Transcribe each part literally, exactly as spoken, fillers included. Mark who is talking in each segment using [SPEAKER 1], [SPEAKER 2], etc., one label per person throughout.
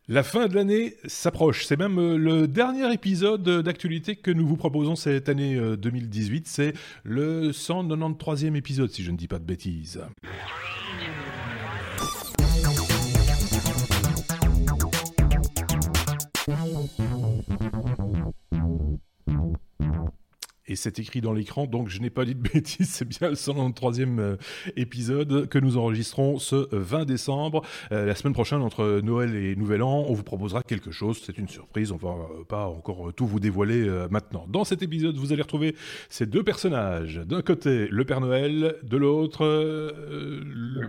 [SPEAKER 1] La fin de l'année s'approche. C'est même euh, le dernier épisode d'actualité que nous vous proposons cette année euh, deux mille dix-huit. C'est le cent quatre-vingt-treizième épisode, si je ne dis pas de bêtises. Et c'est écrit dans l'écran, donc je n'ai pas dit de bêtises, c'est bien le cent quatre-vingt-treizième euh, épisode que nous enregistrons ce vingt décembre. Euh, la semaine prochaine, entre Noël et Nouvel An, on vous proposera quelque chose, c'est une surprise, on va euh, pas encore tout vous dévoiler euh, maintenant. Dans cet épisode, vous allez retrouver ces deux personnages. D'un côté, le Père Noël, de l'autre, euh, le...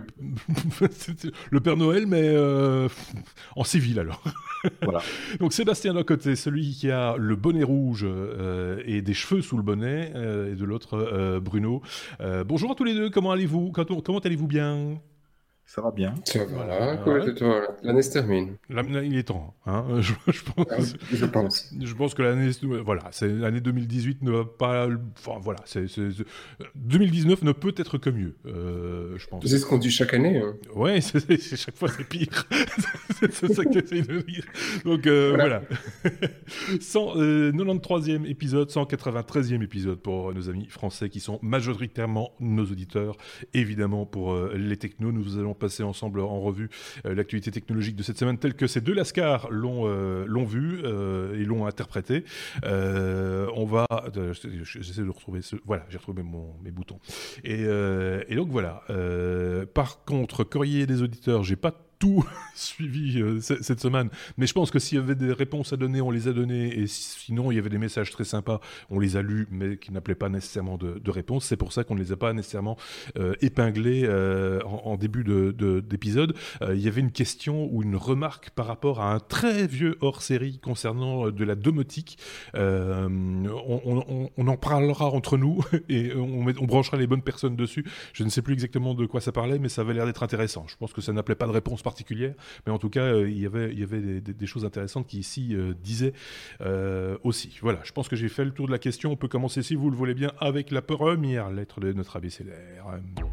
[SPEAKER 1] le Père Noël, mais euh, en civil alors. Voilà. Donc Sébastien d'un côté, celui qui a le bonnet rouge euh, et des cheveux sous le bonnet, euh, et de l'autre euh, Bruno. Euh, bonjour à tous les deux, comment allez-vous ? Comment, comment allez-vous bien ?
[SPEAKER 2] Ça va bien.
[SPEAKER 3] Ça va, voilà. Cool, et toi, l'année se termine.
[SPEAKER 1] La, il est temps, hein. je, je, pense,
[SPEAKER 3] ah, je pense.
[SPEAKER 1] Je pense que l'année, voilà, c'est, l'année deux mille dix-huit ne va pas, enfin voilà, c'est, c'est, c'est, deux mille dix-neuf ne peut être que mieux, euh, je pense.
[SPEAKER 3] C'est ce qu'on dit chaque année. Hein.
[SPEAKER 1] Ouais, c'est, c'est, chaque fois c'est pire. c'est, c'est ça que j'essaie de dire. Donc euh, voilà. voilà. cent quatre-vingt-treizième épisode, cent quatre-vingt-treizième épisode pour nos amis français qui sont majoritairement nos auditeurs. Évidemment pour euh, les technos, nous allons passer ensemble en revue euh, l'actualité technologique de cette semaine telle que ces deux lascars l'ont, euh, l'ont vu euh, et l'ont interprété. Euh, on va... Euh, j'essaie de retrouver... Ce, voilà, j'ai retrouvé mon, mes boutons. Et, euh, et donc voilà. Euh, par contre, courrier des auditeurs, j'ai pas tout suivi euh, c- cette semaine, mais je pense que s'il y avait des réponses à donner, on les a données, et sinon il y avait des messages très sympas, on les a lus, mais qui n'appelaient pas nécessairement de, de réponse. C'est pour ça qu'on ne les a pas nécessairement euh, épinglés euh, en, en début de, de, d'épisode. Euh, il y avait une question ou une remarque par rapport à un très vieux hors-série concernant de la domotique. Euh, on, on, on en parlera entre nous et on, met, on branchera les bonnes personnes dessus. Je ne sais plus exactement de quoi ça parlait, mais ça avait l'air d'être intéressant. Je pense que ça n'appelait pas de réponse particulière, mais en tout cas, euh, il y avait, il y avait des, des, des choses intéressantes qui ici euh, disaient euh, aussi. Voilà, je pense que j'ai fait le tour de la question. On peut commencer, si vous le voulez bien, avec la première lettre de notre abécédaire.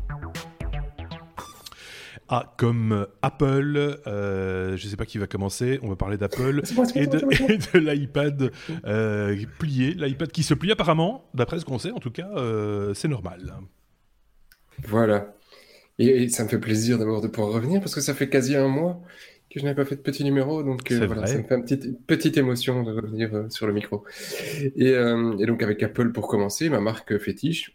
[SPEAKER 1] A comme Apple, euh, je ne sais pas qui va commencer, on va parler d'Apple
[SPEAKER 3] c'est moi, c'est
[SPEAKER 1] et,
[SPEAKER 3] moi,
[SPEAKER 1] de,
[SPEAKER 3] c'est moi, c'est moi.
[SPEAKER 1] et de l'iPad euh, plié, l'iPad qui se plie apparemment, d'après ce qu'on sait, en tout cas, euh, c'est normal.
[SPEAKER 3] Voilà. Et, et ça me fait plaisir d'abord de pouvoir revenir parce que ça fait quasi un mois que je n'avais pas fait de petit numéro, donc euh, voilà, ça me fait une petite, petite émotion de revenir euh, sur le micro. Et, euh, et donc avec Apple pour commencer, ma marque fétiche,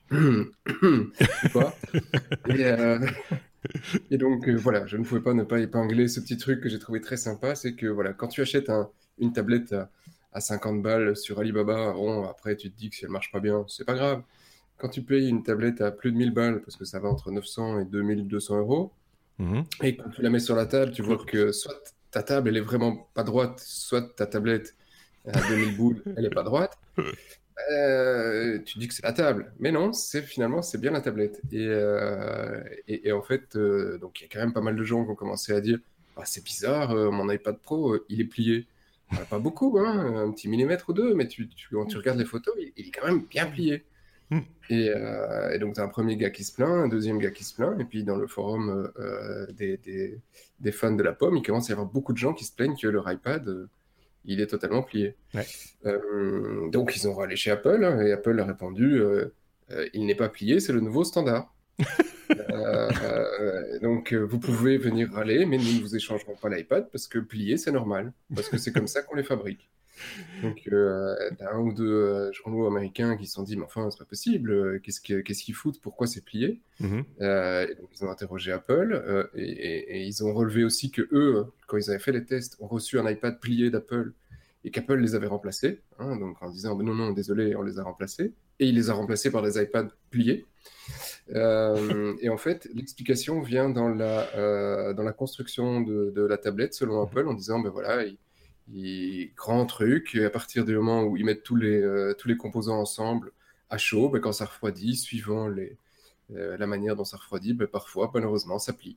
[SPEAKER 3] pas. Et, euh, et donc euh, voilà, je ne pouvais pas ne pas épingler ce petit truc que j'ai trouvé très sympa, c'est que voilà, quand tu achètes un, une tablette à, à cinquante balles sur Alibaba, bon, après tu te dis que si elle marche pas bien, c'est pas grave. Quand tu payes une tablette à plus de mille balles, parce que ça va entre neuf cents et deux mille deux cents euros, mmh. et quand tu la mets sur la table, tu vois que soit ta table, elle est vraiment pas droite, soit ta tablette à deux mille boules, elle est pas droite, euh, tu dis que c'est la table. Mais non, c'est, finalement, c'est bien la tablette. Et, euh, et, et en fait, euh, donc il y a quand même pas mal de gens qui ont commencé à dire ah, c'est bizarre, euh, mon iPad Pro, euh, il est plié. Enfin, pas beaucoup, hein, un petit millimètre ou deux, mais tu, tu, quand tu regardes les photos, il, il est quand même bien plié. Et, euh, et donc, tu as un premier gars qui se plaint, un deuxième gars qui se plaint, et puis dans le forum euh, des, des, des fans de la pomme, il commence à y avoir beaucoup de gens qui se plaignent que leur iPad, euh, il est totalement plié. Ouais. Euh, donc, ils ont râlé chez Apple, et Apple a répondu euh, euh, il n'est pas plié, c'est le nouveau standard. euh, euh, donc, euh, vous pouvez venir râler, mais nous ne vous échangerons pas l'iPad parce que plié, c'est normal, parce que c'est comme ça qu'on les fabrique. Donc, euh, t'as un ou deux euh, journaux américains qui se sont dit, mais enfin, c'est pas possible, euh, qu'est-ce, que, qu'est-ce qu'ils foutent, pourquoi c'est plié mm-hmm. euh, et donc, ils ont interrogé Apple, euh, et, et, et ils ont relevé aussi que eux, quand ils avaient fait les tests, ont reçu un iPad plié d'Apple, et qu'Apple les avait remplacés, hein, donc en disant, non, non, désolé, on les a remplacés, et il les a remplacés par des iPads pliés. Euh, et en fait, l'explication vient dans la, euh, dans la construction de, de la tablette, selon Apple, en disant, ben voilà, il, il, grand truc, et à partir du moment où ils mettent tous les, euh, tous les composants ensemble à chaud, ben quand ça refroidit, suivant les, euh, la manière dont ça refroidit, ben parfois, malheureusement, ça plie.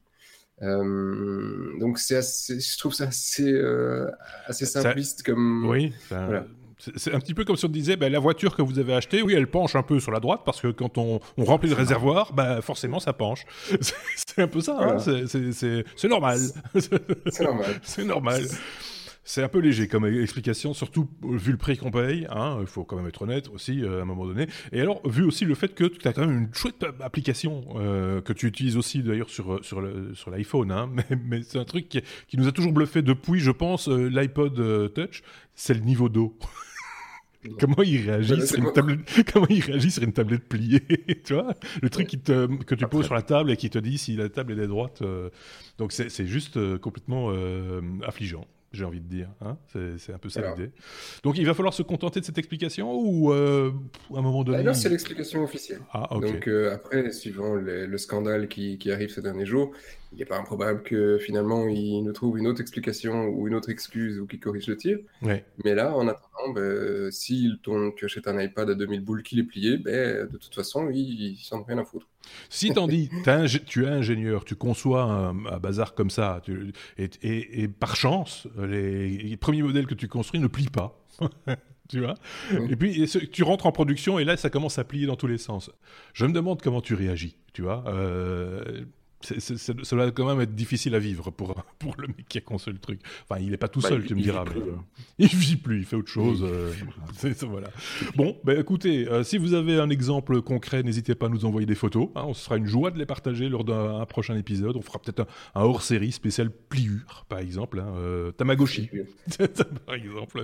[SPEAKER 3] Euh, donc c'est assez, je trouve ça assez, euh, assez simpliste ça, comme...
[SPEAKER 1] Oui, ça... Voilà. C'est un petit peu comme si on disait, bah, la voiture que vous avez achetée, oui, elle penche un peu sur la droite, parce que quand on, on remplit le réservoir, bah, forcément, ça penche. C'est un peu ça, voilà. hein, c'est, c'est, c'est, c'est normal.
[SPEAKER 3] C'est normal.
[SPEAKER 1] C'est normal. C'est un peu léger comme explication, surtout vu le prix qu'on paye, hein, il faut quand même être honnête aussi euh, à un moment donné. Et alors, vu aussi le fait que tu as quand même une chouette application euh, que tu utilises aussi d'ailleurs sur, sur, le, sur l'iPhone, hein, mais, mais c'est un truc qui, qui nous a toujours bluffé depuis, je pense, euh, l'iPod euh, Touch, c'est le niveau d'eau. Comment il réagit
[SPEAKER 3] Ouais,
[SPEAKER 1] sur une
[SPEAKER 3] quoi
[SPEAKER 1] tablette Comment il réagit sur une tablette pliée, tu vois, le truc qui te, que tu poses sur la table et qui te dit si la table est droite. Euh, donc c'est, c'est juste euh, complètement euh, affligeant. J'ai envie de dire, hein, c'est, c'est un peu ça
[SPEAKER 3] Alors,
[SPEAKER 1] l'idée. Donc il va falloir se contenter de cette explication ou euh, à un moment donné.
[SPEAKER 3] bah non, c'est l'explication officielle.
[SPEAKER 1] Ah ok.
[SPEAKER 3] Donc euh, après, suivant le, le scandale qui, qui arrive ces derniers jours, il n'est pas improbable que finalement il nous trouve une autre explication ou une autre excuse ou qu'il corrige le tir.
[SPEAKER 1] Ouais.
[SPEAKER 3] Mais là, en attendant, ben, si ton, tu achètes un iPad à deux mille boules qu'il est plié, ben, de toute façon, lui, il s'en a rien à foutre.
[SPEAKER 1] Si t'en dis, t'as un- tu es ingénieur, tu conçois un, un bazar comme ça, tu- et, et- et par chance, les, les premiers modèles que tu construis ne plient pas. Tu vois.
[SPEAKER 3] Oui.
[SPEAKER 1] Et puis et ce- tu rentres en production et là ça commence à plier dans tous les sens. Je me demande comment tu réagis, tu vois. Euh, c'est- c'est- c'est- ça doit quand même être difficile à vivre pour, pour le mec qui a conçu le truc. Enfin, il n'est pas tout
[SPEAKER 2] Bah,
[SPEAKER 1] seul,
[SPEAKER 2] il-
[SPEAKER 1] tu me
[SPEAKER 2] il
[SPEAKER 1] diras.
[SPEAKER 2] vit
[SPEAKER 1] Mais,
[SPEAKER 2] plus,
[SPEAKER 1] euh,
[SPEAKER 2] hein.
[SPEAKER 1] il vit plus, il fait autre chose.
[SPEAKER 2] Il-
[SPEAKER 1] euh, c'est- c'est- voilà. Bon, ben écoutez, euh, si vous avez un exemple concret, n'hésitez pas à nous envoyer des photos. Hein, on se fera une joie de les partager lors d'un un prochain épisode. On fera peut-être un, un hors-série spécial pliure, par exemple. Hein, euh, Tamagotchi, par exemple.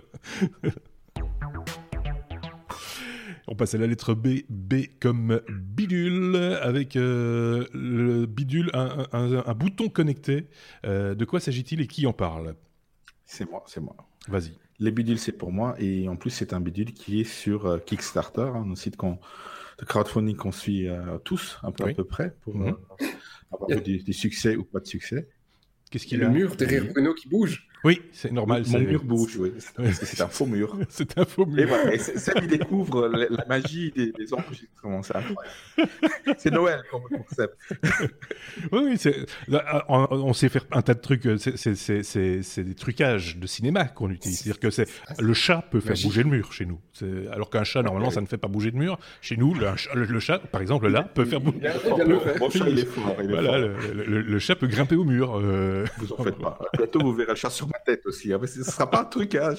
[SPEAKER 1] On passe à la lettre B, B comme bidule, avec euh, le bidule, un, un- un- un bouton connecté. Euh, de quoi s'agit-il et qui en parle?
[SPEAKER 2] C'est moi, c'est moi.
[SPEAKER 1] Vas-y.
[SPEAKER 2] Les bidules, c'est pour moi. Et en plus, c'est un bidule qui est sur euh, Kickstarter, hein, un site qu'on, de crowdfunding qu'on suit euh, tous, un peu
[SPEAKER 1] Oui.
[SPEAKER 2] à peu près, pour
[SPEAKER 1] Mhm.
[SPEAKER 2] euh, avoir des, des succès ou pas de succès.
[SPEAKER 1] Qu'est-ce
[SPEAKER 3] Il y
[SPEAKER 1] qu'il
[SPEAKER 3] a
[SPEAKER 1] a
[SPEAKER 3] le mur derrière Bruno qui bouge.
[SPEAKER 1] Oui, c'est normal.
[SPEAKER 2] Mon
[SPEAKER 1] c'est...
[SPEAKER 2] mur bouge, oui. C'est, c'est un faux mur.
[SPEAKER 1] c'est un faux
[SPEAKER 2] Et
[SPEAKER 1] mur.
[SPEAKER 2] voilà, et c'est- ça, il découvre la, la magie des, des enregistrements. C'est incroyable. C'est Noël comme concept.
[SPEAKER 1] Oui, oui, c'est... là, on, on sait faire un tas de trucs. C'est, c'est, c'est, c'est, c'est des trucages de cinéma qu'on utilise. C'est-à-dire que c'est... le chat peut faire
[SPEAKER 3] Magique.
[SPEAKER 1] bouger le mur chez nous. C'est... Alors qu'un chat, normalement, ça ne fait pas bouger de mur. Chez nous, le, le, le chat, par exemple, là, peut faire bouger.
[SPEAKER 3] Il a il a le fait.
[SPEAKER 2] Mon chat, il est fort. Il est
[SPEAKER 1] Voilà,
[SPEAKER 2] fort.
[SPEAKER 1] le, le- le chat peut grimper au mur. euh.
[SPEAKER 2] Vous en faites pas. Bientôt, vous verrez le chat sur ma tête aussi. hein, mais ce ne sera pas un trucage.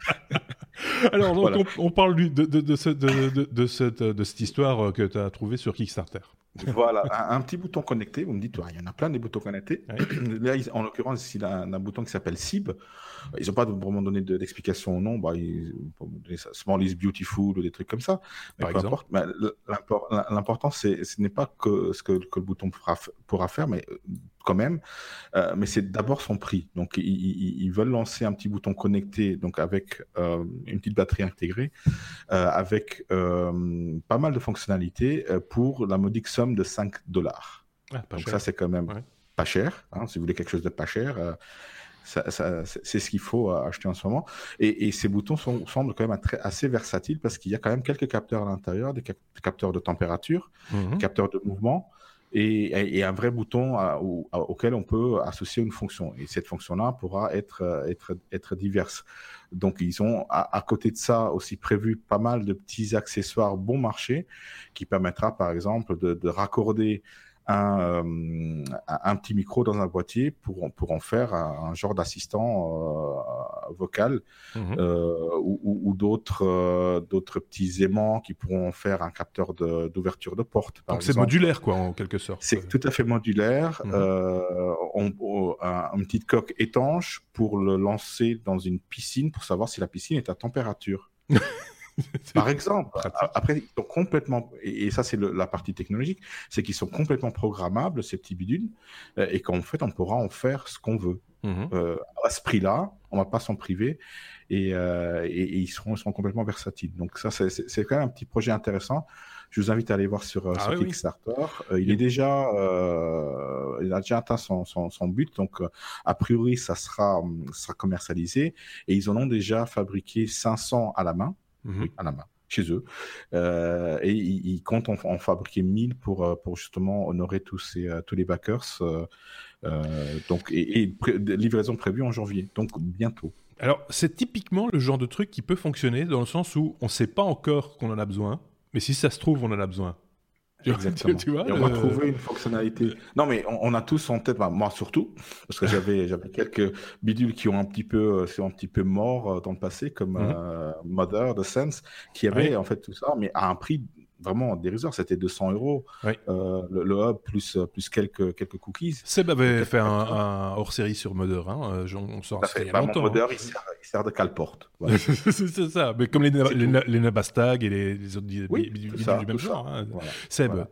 [SPEAKER 1] Alors, donc,
[SPEAKER 2] Voilà.
[SPEAKER 1] on, on parle du- de, de, de, ce- de, de, de cette, de cette histoire que tu as trouvée sur Kickstarter.
[SPEAKER 2] Voilà, un, un petit bouton connecté. Vous me dites, ouais, il y en a plein des boutons connectés.
[SPEAKER 1] Ouais.
[SPEAKER 2] Là, ils- en l'occurrence, il a un, un bouton qui s'appelle S I B. Ils n'ont pas vraiment donné de- d'explication au nom. Bah, ils, pour me donner ça, Small is Beautiful ou des trucs comme ça. Mais
[SPEAKER 1] Par
[SPEAKER 2] peu
[SPEAKER 1] exemple.
[SPEAKER 2] importe. Mais l'impor- l'important, c'est, ce n'est pas que ce que, que le bouton pourra, f- pourra faire, mais euh, quand même. Euh, mais c'est d'abord son prix. Donc, ils, ils- ils veulent lancer un petit bouton connecté, donc avec euh, une petite batterie intégrée, euh, avec euh, pas mal de fonctionnalités euh, pour la modique somme de cinq dollars.
[SPEAKER 1] Ah, pas
[SPEAKER 2] Donc
[SPEAKER 1] cher.
[SPEAKER 2] ça, c'est quand même
[SPEAKER 1] Ouais.
[SPEAKER 2] pas cher. Hein, si vous voulez quelque chose de pas cher, euh, ça, ça- c'est c'est ce qu'il faut euh, acheter en ce moment. Et, et ces boutons sont, semblent quand même très- assez versatiles parce qu'il y a quand même quelques capteurs à l'intérieur, des cap- capteurs de température,
[SPEAKER 1] Mhm.
[SPEAKER 2] des capteurs de mouvement et, et- et un vrai bouton à- au- à- auquel on peut associer une fonction. Et cette fonction-là pourra être, euh, être, être diverse. Donc, ils ont à, à côté de ça aussi prévu pas mal de petits accessoires bon marché qui permettra, par exemple, de, de raccorder un, euh, un un petit micro dans un boîtier pour, pour en faire un, un genre d'assistant euh, vocal
[SPEAKER 1] Mhm.
[SPEAKER 2] euh, ou, ou- ou d'autres euh, d'autres petits aimants qui pourront en faire un capteur de- d'ouverture de, porte. Par
[SPEAKER 1] Donc c'est
[SPEAKER 2] exemple.
[SPEAKER 1] modulaire, quoi, en quelque sorte.
[SPEAKER 2] C'est tout à fait modulaire.
[SPEAKER 1] Mhm.
[SPEAKER 2] Euh, on, on- un- une petite coque étanche pour le lancer dans une piscine pour savoir si la piscine est à température. Par exemple,
[SPEAKER 1] pratique.
[SPEAKER 2] a- après, ils sont complètement, et, et ça c'est le- la partie technologique, c'est qu'ils sont complètement programmables, ces petits bidules, euh, et qu'en fait, on pourra en faire ce qu'on veut.
[SPEAKER 1] Mhm.
[SPEAKER 2] Euh, à ce prix-là, on va pas s'en priver, et, euh, et- et ils, seront, ils seront complètement versatiles. Donc ça, c'est- c'est c'est quand même un petit projet intéressant. Je vous invite à aller voir sur, euh,
[SPEAKER 1] Ah
[SPEAKER 2] sur
[SPEAKER 1] oui, oui.
[SPEAKER 2] Kickstarter. Euh, il est déjà, euh, il a déjà atteint son, son, son but, donc euh, a priori, ça sera, hum, ça sera commercialisé, et ils en ont déjà fabriqué cinq cents à la main.
[SPEAKER 1] Mhm.
[SPEAKER 2] Oui, à la main, chez eux. Euh, et ils, ils comptent en, en fabriquer mille pour, euh, pour justement honorer tous, ces, euh, tous les backers. Euh, euh, donc, et, et pré- de- livraison prévue en janvier, donc bientôt.
[SPEAKER 1] Alors, c'est typiquement le genre de truc qui peut fonctionner dans le sens où on ne sait pas encore qu'on en a besoin, mais si ça se trouve, on en a besoin.
[SPEAKER 2] Exactement.
[SPEAKER 1] Tu vois,
[SPEAKER 2] et on
[SPEAKER 1] le...
[SPEAKER 2] va trouver une fonctionnalité. Non, mais on, on a tous en tête, bah, moi surtout, parce que j'avais, j'avais quelques bidules qui ont un petit peu, euh, sont un petit peu morts euh, dans le passé, comme
[SPEAKER 1] mm-hmm.
[SPEAKER 2] euh, Mother, The Sense, qui avait
[SPEAKER 1] ouais.
[SPEAKER 2] en fait tout ça, mais à un prix vraiment dérisoire. C'était deux cents euros
[SPEAKER 1] ouais.
[SPEAKER 2] euh, le, le hub plus plus quelques quelques cookies.
[SPEAKER 1] Seb avait fait un, un hors-série sur Mother, hein. On sort il y a
[SPEAKER 2] bah,
[SPEAKER 1] longtemps.
[SPEAKER 2] Mon Mother,
[SPEAKER 1] hein.
[SPEAKER 2] il, sert, il sert de calporte. Voilà.
[SPEAKER 1] c'est ça, mais comme les, les, les, les Nabastag et les, les autres
[SPEAKER 2] oui,
[SPEAKER 1] bidules
[SPEAKER 2] ça,
[SPEAKER 1] du même genre. Hein.
[SPEAKER 2] Voilà.
[SPEAKER 1] Seb.
[SPEAKER 2] Voilà.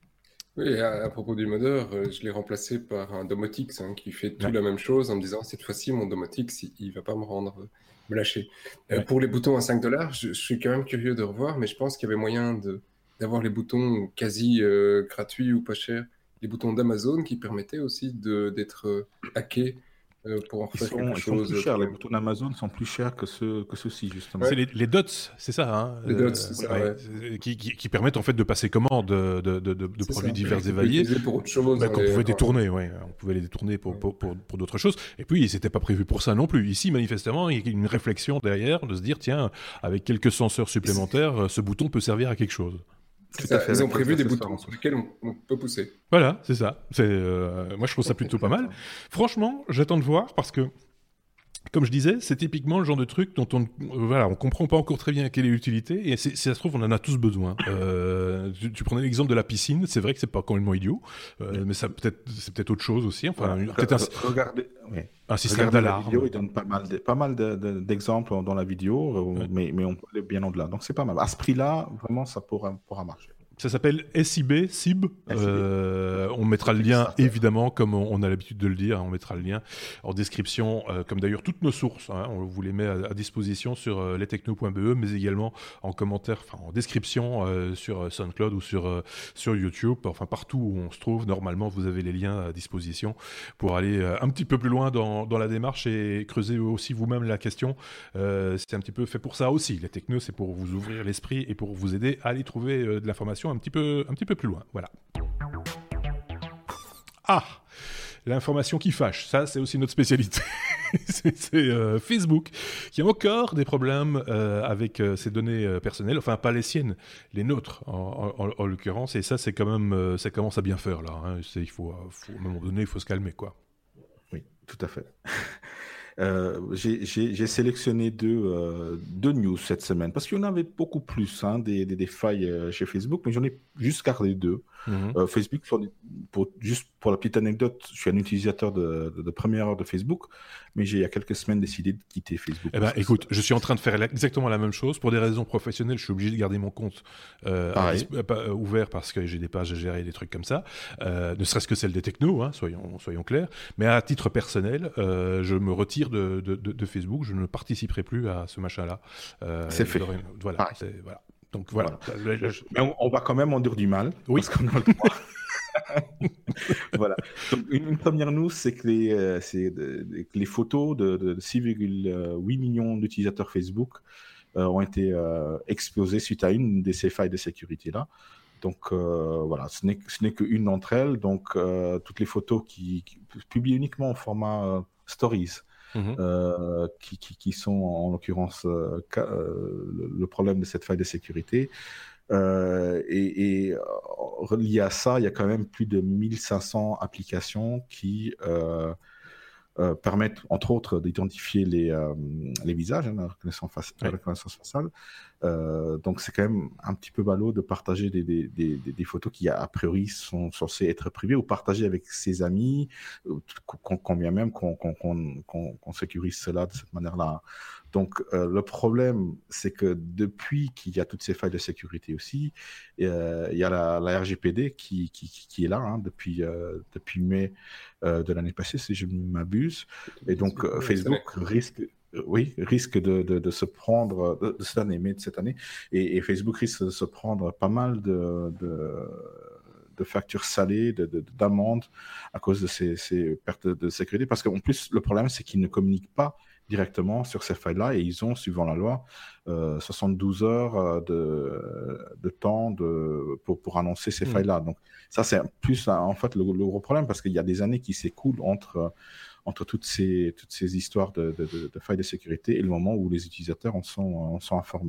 [SPEAKER 3] Oui, à, à propos du Mother, euh, je l'ai remplacé par un Domotix hein, qui fait tout ouais. la même chose en me disant cette fois-ci mon Domotix il, il va pas me rendre euh, me lâcher. Euh, ouais. Pour les boutons à cinq dollars, je, je suis quand même curieux de revoir, mais je pense qu'il y avait moyen de d'avoir les boutons quasi euh, gratuits ou pas chers, les boutons d'Amazon qui permettaient aussi de d'être euh, hackés. Euh, pour en faire
[SPEAKER 2] ils sont,
[SPEAKER 3] quelque
[SPEAKER 2] ils
[SPEAKER 3] chose.
[SPEAKER 2] Sont plus chers. Les boutons d'Amazon sont plus chers que ceux que ceux-ci justement.
[SPEAKER 1] Ouais. C'est les, les dots, c'est ça, hein
[SPEAKER 3] Les dots, c'est ça, ouais.
[SPEAKER 1] ouais. Qui, qui, qui permettent en fait de passer commande de, de, de, de produits ça. divers et variés.
[SPEAKER 3] Pour autre chose.
[SPEAKER 1] Bah, qu'on pouvait détourner, ouais. On pouvait les détourner pour, ouais. pour, pour, pour d'autres choses. Et puis, c'était pas prévu pour ça non plus. Ici, manifestement, il y a une réflexion derrière de se dire, tiens, avec quelques senseurs supplémentaires, ce bouton peut servir à quelque chose.
[SPEAKER 3] Tout à fait. Ils ont prévu des boutons sur lesquels on, on peut pousser.
[SPEAKER 1] Voilà, c'est ça. C'est, euh, moi, je trouve ça plutôt pas mal. Franchement, j'attends de voir parce que, comme je disais, c'est typiquement le genre de truc dont on, euh, voilà, on comprend pas encore très bien quelle est l'utilité. Et c'est, si ça se trouve, on en a tous besoin. Euh, tu, tu prenais l'exemple de la piscine. C'est vrai que c'est pas complètement idiot, euh, oui. mais ça peut-être, c'est peut-être autre chose aussi. Enfin,
[SPEAKER 2] voilà.
[SPEAKER 1] peut-être un,
[SPEAKER 2] regardez, oui.
[SPEAKER 1] un système d'alarme.
[SPEAKER 2] La vidéo, il donne pas mal, de, pas mal de, de, d'exemples dans la vidéo, oui. mais, mais on peut aller bien au-delà. Donc c'est pas mal. À ce prix-là, vraiment, ça pourra, pourra marcher.
[SPEAKER 1] Ça s'appelle S I B, S I B. Euh, on mettra le lien, évidemment, comme on a l'habitude de le dire, on mettra le lien en description, euh, comme d'ailleurs toutes nos sources. Hein, on vous les met à, à disposition sur euh, lestechno point b e, mais également en commentaire, enfin en description euh, sur SoundCloud ou sur, euh, sur YouTube. Enfin, partout où on se trouve, normalement, vous avez les liens à disposition pour aller euh, un petit peu plus loin dans, dans la démarche et creuser aussi vous-même la question. Euh, c'est un petit peu fait pour ça aussi. Les technos, c'est pour vous ouvrir l'esprit et pour vous aider à aller trouver euh, de l'information un petit peu, un petit peu plus loin. Voilà. Ah, l'information qui fâche, ça c'est aussi notre spécialité. c'est c'est euh, Facebook qui a encore des problèmes euh, avec euh, ses données euh, personnelles, enfin pas les siennes, les nôtres en, en, en l'occurrence, et ça c'est quand même, euh, ça commence à bien faire là. Hein. C'est, il faut, faut, à un moment donné, il faut se calmer quoi.
[SPEAKER 2] Oui, tout à fait. Euh, j'ai, j'ai, j'ai sélectionné deux, euh, deux news cette semaine parce qu'il y en avait beaucoup plus hein, des, des, des failles euh, chez Facebook, mais j'en ai juste gardé deux. Mm-hmm. Euh, Facebook, pour, juste pour la petite anecdote, je suis un utilisateur de, de, de première heure de Facebook, mais j'ai il y a quelques semaines décidé de quitter Facebook.
[SPEAKER 1] Eh ben, écoute, ça... je suis en train de faire exactement la même chose. Pour des raisons professionnelles, je suis obligé de garder mon compte euh, dis- euh, ouvert parce que j'ai des pages à gérer, des trucs comme ça. Euh, ne serait-ce que celle des technos, hein, soyons, soyons clairs. Mais à titre personnel, euh, je me retire de, de, de, de Facebook. Je ne participerai plus à ce machin-là. Euh,
[SPEAKER 2] c'est fait.
[SPEAKER 1] Voilà. C'est, voilà. Donc voilà.
[SPEAKER 2] voilà. Je... Mais on, on va quand même en dire du mal.
[SPEAKER 1] Oui.
[SPEAKER 2] Parce qu'on a le droit. Voilà. Donc, une, une première news, c'est que les, euh, c'est de, de, que les photos de, de six virgule huit millions d'utilisateurs Facebook euh, ont été euh, explosées suite à une de ces failles de sécurité là. Donc euh, voilà, ce n'est, ce n'est qu'une d'entre elles. Donc euh, toutes les photos qui, qui publient uniquement en format euh, Stories. Mmh. Euh, qui, qui, qui sont en l'occurrence euh, euh, le, le problème de cette faille de sécurité. Euh, et, et euh, lié à ça, il y a quand même plus de mille cinq cents applications qui euh, euh, permettent, entre autres, d'identifier les, euh, les visages, hein, la reconnaissance, face, ouais. la reconnaissance faciale. Euh, donc, c'est quand même un petit peu ballot de partager des, des, des, des photos qui, a priori, sont censées être privées ou partagées avec ses amis, quand bien même qu'on, qu'on, qu'on, qu'on, qu'on sécurise cela de cette manière-là. Donc, euh, le problème, c'est que depuis qu'il y a toutes ces failles de sécurité aussi, euh, il y a la, la R G P D qui, qui, qui est là hein, depuis, euh, depuis mai euh, de l'année passée, si je ne m'abuse. Et donc, euh, Facebook risque... Oui, risque de, de, de se prendre, de, de cette année, mais de cette année, et, et Facebook risque de se prendre pas mal de, de, de factures salées, de, de, d'amendes à cause de ces, ces pertes de sécurité, parce qu'en plus, le problème, c'est qu'ils ne communiquent pas directement sur ces failles-là, et ils ont, suivant la loi, euh, soixante-douze heures de, de temps de, pour, pour annoncer ces mmh. failles-là. Donc ça, c'est plus, en fait, le, le gros problème, parce qu'il y a des années qui s'écoulent entre... entre toutes ces, toutes ces histoires de, de, de, de failles de sécurité et le moment où les utilisateurs en sont, en sont informés.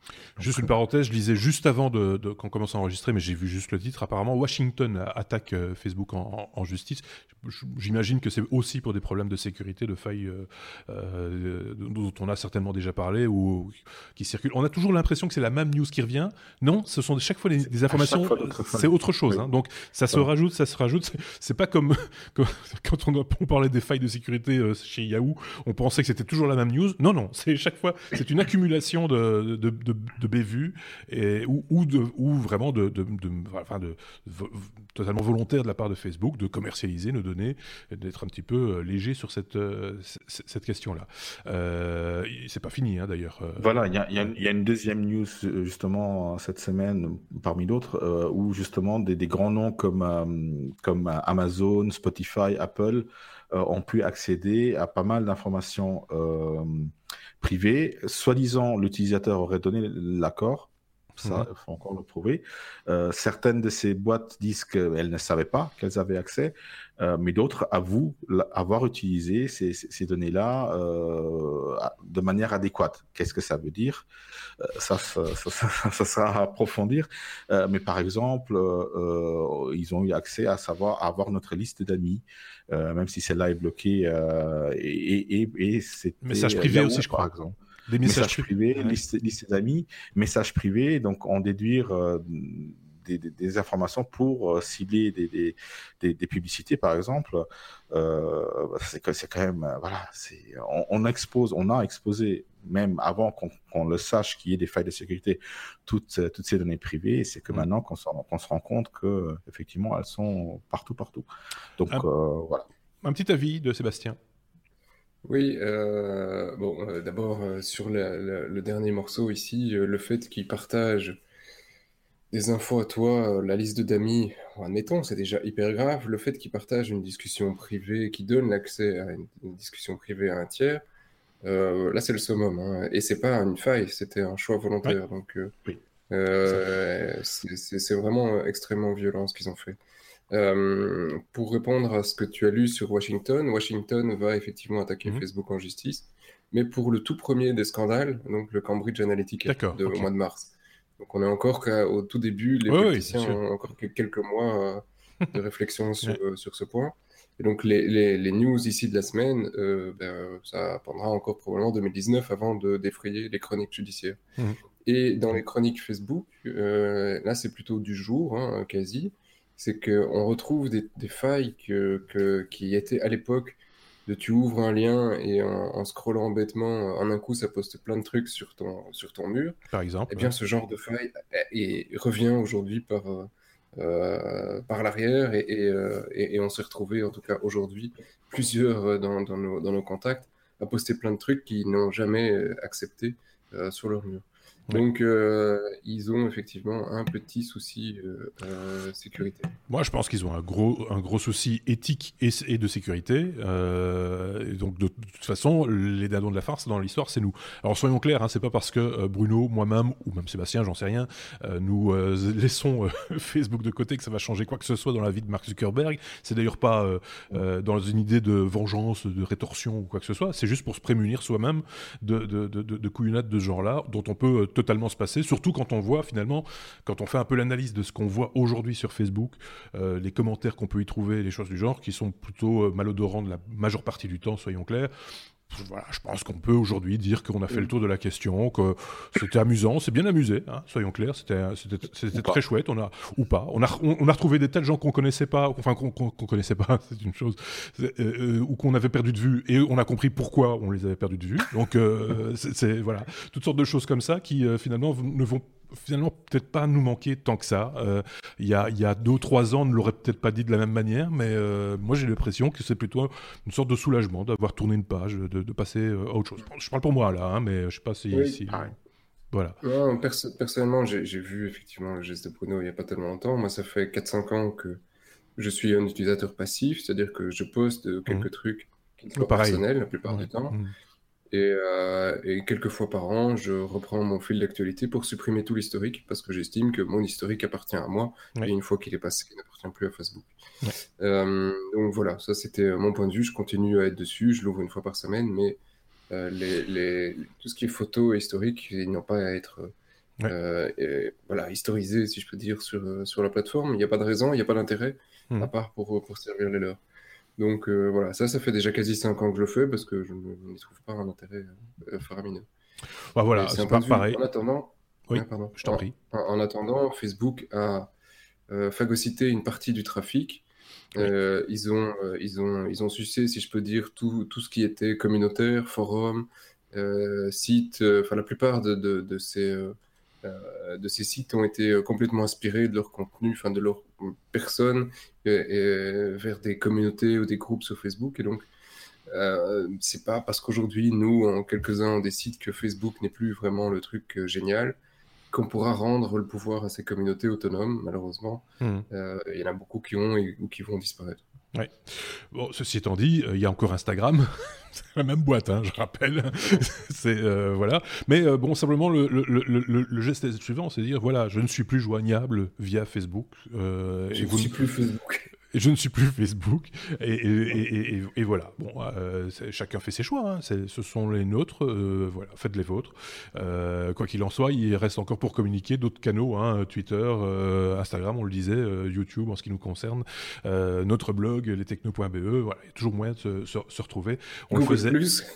[SPEAKER 1] Juste une parenthèse, je lisais juste avant de, de, qu'on commence à enregistrer, mais j'ai vu juste le titre. Apparemment, Washington attaque euh, Facebook en, en, en justice. J'imagine que c'est aussi pour des problèmes de sécurité, de failles euh, euh, dont on a certainement déjà parlé ou qui circulent. On a toujours l'impression que c'est la même news qui revient. Non, ce sont chaque fois des, des informations. C'est autre chose. Oui. Hein. Donc ça se ouais. rajoute, ça se rajoute. C'est pas comme, comme quand on, on parlait des failles de sécurité euh, chez Yahoo, on pensait que c'était toujours la même news. Non, non, c'est chaque fois, c'est une accumulation de, de, de, de bévues et ou, ou de ou vraiment de, de, de, enfin de, de totalement volontaire de la part de Facebook de commercialiser nos données, d'être un petit peu léger sur cette euh, cette question-là. Euh, c'est pas fini hein, d'ailleurs.
[SPEAKER 2] Voilà, il y a, y, a, y a une deuxième news justement cette semaine parmi d'autres euh, où justement des, des grands noms comme euh, comme Amazon, Spotify, Apple euh, ont pu accéder à pas mal d'informations euh, privées. Soi-disant, l'utilisateur aurait donné l'accord. Ça, il mmh. faut encore le prouver. Euh, certaines de ces boîtes disent qu'elles ne savaient pas qu'elles avaient accès, euh, mais d'autres avouent avoir utilisé ces, ces données-là euh, de manière adéquate. Qu'est-ce que ça veut dire ? euh, ça, ça, ça, ça, ça sera à approfondir. Euh, mais par exemple, euh, ils ont eu accès à savoir à avoir notre liste d'amis, euh, même si celle-là est bloquée. Euh, et, et, et c'était
[SPEAKER 1] message privé
[SPEAKER 2] Yahoo,
[SPEAKER 1] aussi, je crois.
[SPEAKER 2] Par exemple.
[SPEAKER 1] Des messages,
[SPEAKER 2] messages privés, ouais. liste, liste d'amis, messages privés, donc en déduire euh, des, des, des informations pour euh, cibler des, des, des, des publicités, par exemple. Euh, c'est, c'est quand même, euh, voilà, c'est, on, on expose, on a exposé, même avant qu'on, qu'on le sache qu'il y ait des failles de sécurité, toutes, toutes ces données privées, et c'est que mmh. maintenant qu'on, qu'on se rend compte que effectivement elles sont partout, partout. Donc
[SPEAKER 1] un,
[SPEAKER 2] euh, voilà.
[SPEAKER 1] Un petit avis de Sébastien.
[SPEAKER 3] Oui, euh, bon, euh, d'abord euh, sur la, la, le dernier morceau ici, euh, le fait qu'ils partagent des infos à toi, euh, la liste d'amis, admettons, c'est déjà hyper grave. Le fait qu'ils partagent une discussion privée, qu'ils donnent l'accès à une, une discussion privée à un tiers, euh, là c'est le summum, hein, et c'est pas une faille, c'était un choix volontaire, ouais. donc euh, oui. euh, c'est, c'est, c'est vraiment extrêmement violent ce qu'ils ont fait. Euh, pour répondre à ce que tu as lu sur Washington, Washington va effectivement attaquer mmh. Facebook en justice, mais pour le tout premier des scandales, donc le Cambridge Analytica de, okay. au mois de mars. Donc on est encore au tout début, les
[SPEAKER 1] oui,
[SPEAKER 3] politiciens
[SPEAKER 1] oui,
[SPEAKER 3] ont encore quelques mois euh, de réflexion sur, ouais. euh, sur ce point. Et donc les, les, les news ici de la semaine, euh, ben, ça prendra encore probablement deux mille dix-neuf avant de défrayer les chroniques judiciaires. Mmh. Et dans les chroniques Facebook, euh, là c'est plutôt du jour, hein, quasi. C'est qu'on retrouve des, des failles que, que, qui étaient à l'époque de tu ouvres un lien et en, en scrollant bêtement, en un coup, ça poste plein de trucs sur ton, sur ton mur.
[SPEAKER 1] Par exemple.
[SPEAKER 3] Eh bien,
[SPEAKER 1] ouais.
[SPEAKER 3] ce genre de faille et, et revient aujourd'hui par, euh, par l'arrière et, et, et, et on s'est retrouvé, en tout cas aujourd'hui, plusieurs dans, dans, nos, dans nos contacts à poster plein de trucs qu'ils n'ont jamais accepté euh, sur leur mur. Ouais. Donc, euh, ils ont effectivement un petit souci euh, euh, sécurité.
[SPEAKER 1] Moi, je pense qu'ils ont un gros, un gros souci éthique et, et de sécurité. Euh, et donc, de, de toute façon, les dindons de la farce dans l'histoire, c'est nous. Alors, soyons clairs, hein, c'est pas parce que euh, Bruno, moi-même, ou même Sébastien, j'en sais rien, euh, nous euh, laissons euh, Facebook de côté que ça va changer quoi que ce soit dans la vie de Mark Zuckerberg. C'est d'ailleurs pas euh, euh, dans une idée de vengeance, de rétorsion ou quoi que ce soit. C'est juste pour se prémunir soi-même de, de, de, de, de couillonnades de ce genre-là, dont on peut totalement se passer, surtout quand on voit finalement, quand on fait un peu l'analyse de ce qu'on voit aujourd'hui sur Facebook, euh, les commentaires qu'on peut y trouver, les choses du genre, qui sont plutôt euh, malodorants de la majeure partie du temps, soyons clairs. Voilà, je pense qu'on peut aujourd'hui dire qu'on a fait le tour de la question, que c'était amusant, c'est bien amusé, hein, soyons clairs, c'était, c'était, c'était très chouette, on a, ou pas, on a, on, on a retrouvé des tas de gens qu'on connaissait pas, enfin qu'on, qu'on, qu'on connaissait pas, c'est une chose, c'est, euh, ou qu'on avait perdu de vue, et on a compris pourquoi on les avait perdus de vue, donc euh, c'est, c'est, voilà, toutes sortes de choses comme ça qui euh, finalement ne vont finalement peut-être pas nous manquer tant que ça. Euh, il y a, il y a deux ou trois ans, on ne l'aurait peut-être pas dit de la même manière, mais euh, moi j'ai l'impression que c'est plutôt une sorte de soulagement d'avoir tourné une page, de, de passer à autre chose. Je parle pour moi là, hein, mais je sais pas si...
[SPEAKER 3] Oui.
[SPEAKER 1] si voilà.
[SPEAKER 3] Non, perso- personnellement, j'ai, j'ai vu effectivement le geste de Bruno il n'y a pas tellement longtemps. Moi, ça fait quatre cinq ans que je suis un utilisateur passif, c'est-à-dire que je poste quelques mmh. trucs qui sont personnels la plupart ouais. du temps. Mmh. Et, euh, et quelques fois par an, je reprends mon fil d'actualité pour supprimer tout l'historique parce que j'estime que mon historique appartient à moi oui. et une fois qu'il est passé, il n'appartient plus à Facebook. Oui. Euh, donc voilà, ça c'était mon point de vue. Je continue à être dessus, je l'ouvre une fois par semaine, mais euh, les, les, tout ce qui est photo et historique, ils n'ont pas à être ouais. euh, et voilà, historisés, si je peux dire, sur, sur la plateforme. Il n'y a pas de raison, il n'y a pas d'intérêt, mmh. à part pour, pour servir les leurs. Donc euh, voilà, ça, ça fait déjà quasi cinq ans que je le fais parce que je ne trouve pas un intérêt euh, faramineux.
[SPEAKER 1] Bah voilà, c'est, c'est pas pareil.
[SPEAKER 3] En attendant,
[SPEAKER 1] oui,
[SPEAKER 3] ouais, pardon.
[SPEAKER 1] je t'en prie.
[SPEAKER 3] En, en attendant, Facebook a euh, phagocyté une partie du trafic. Oui. Euh, ils, ont, euh, ils, ont, ils ont sucé, si je peux dire, tout, tout ce qui était communautaire, forum, euh, site. Enfin, euh, la plupart de, de, de ces... Euh, Euh, de ces sites ont été complètement inspirés de leur contenu, enfin de leur personne, et, et vers des communautés ou des groupes sur Facebook. Et donc, euh, c'est pas parce qu'aujourd'hui, nous, en quelques-uns, on décide que Facebook n'est plus vraiment le truc euh, génial qu'on pourra rendre le pouvoir à ces communautés autonomes, malheureusement. Mmh. Euh, il y en a beaucoup qui ont et, ou qui vont disparaître.
[SPEAKER 1] Ouais. Bon, ceci étant dit, il euh, y a encore Instagram, c'est la même boîte, hein, je rappelle. c'est euh, voilà. Mais euh, bon, simplement le, le, le, le, le geste suivant, c'est de dire voilà, je ne suis plus joignable via Facebook.
[SPEAKER 3] Euh, je et ne vous... suis plus Facebook.
[SPEAKER 1] Et je ne suis plus Facebook, et, et, et, et, et voilà. Bon, euh, chacun fait ses choix, hein. c'est, ce sont les nôtres, euh, voilà, faites les vôtres. Euh, quoi qu'il en soit, il reste encore pour communiquer d'autres canaux, hein, Twitter, euh, Instagram, on le disait, euh, YouTube en ce qui nous concerne, euh, notre blog, lestechno point b e, voilà, il y a toujours moyen de se, se, se retrouver.
[SPEAKER 3] On Google le faisait. Plus.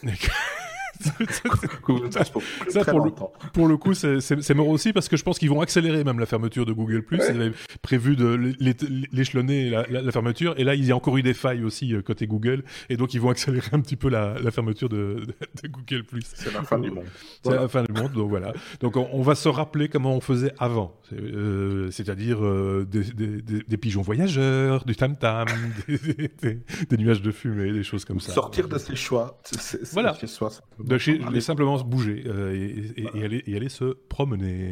[SPEAKER 1] Ça, pour, le, pour le coup, c'est, c'est, c'est mort aussi parce que je pense qu'ils vont accélérer même la fermeture de Google+. Ouais. Ils avaient prévu de l'échelonner la, la, la fermeture, et là, il y a encore eu des failles aussi côté Google, et donc ils vont accélérer un petit peu la, la fermeture de, de, de Google+.
[SPEAKER 2] C'est la fin du monde.
[SPEAKER 1] C'est voilà. la fin du monde, donc voilà. Donc on, on va se rappeler comment on faisait avant, c'est, euh, c'est-à-dire euh, des, des, des, des pigeons voyageurs, du tam-tam, des, des, des nuages de fumée, des choses comme ça.
[SPEAKER 2] Sortir de ses choix. C'est, c'est
[SPEAKER 1] voilà.
[SPEAKER 2] Ses choix,
[SPEAKER 1] de chez, aller simplement se bouger euh, et, et, et, aller, et aller se promener.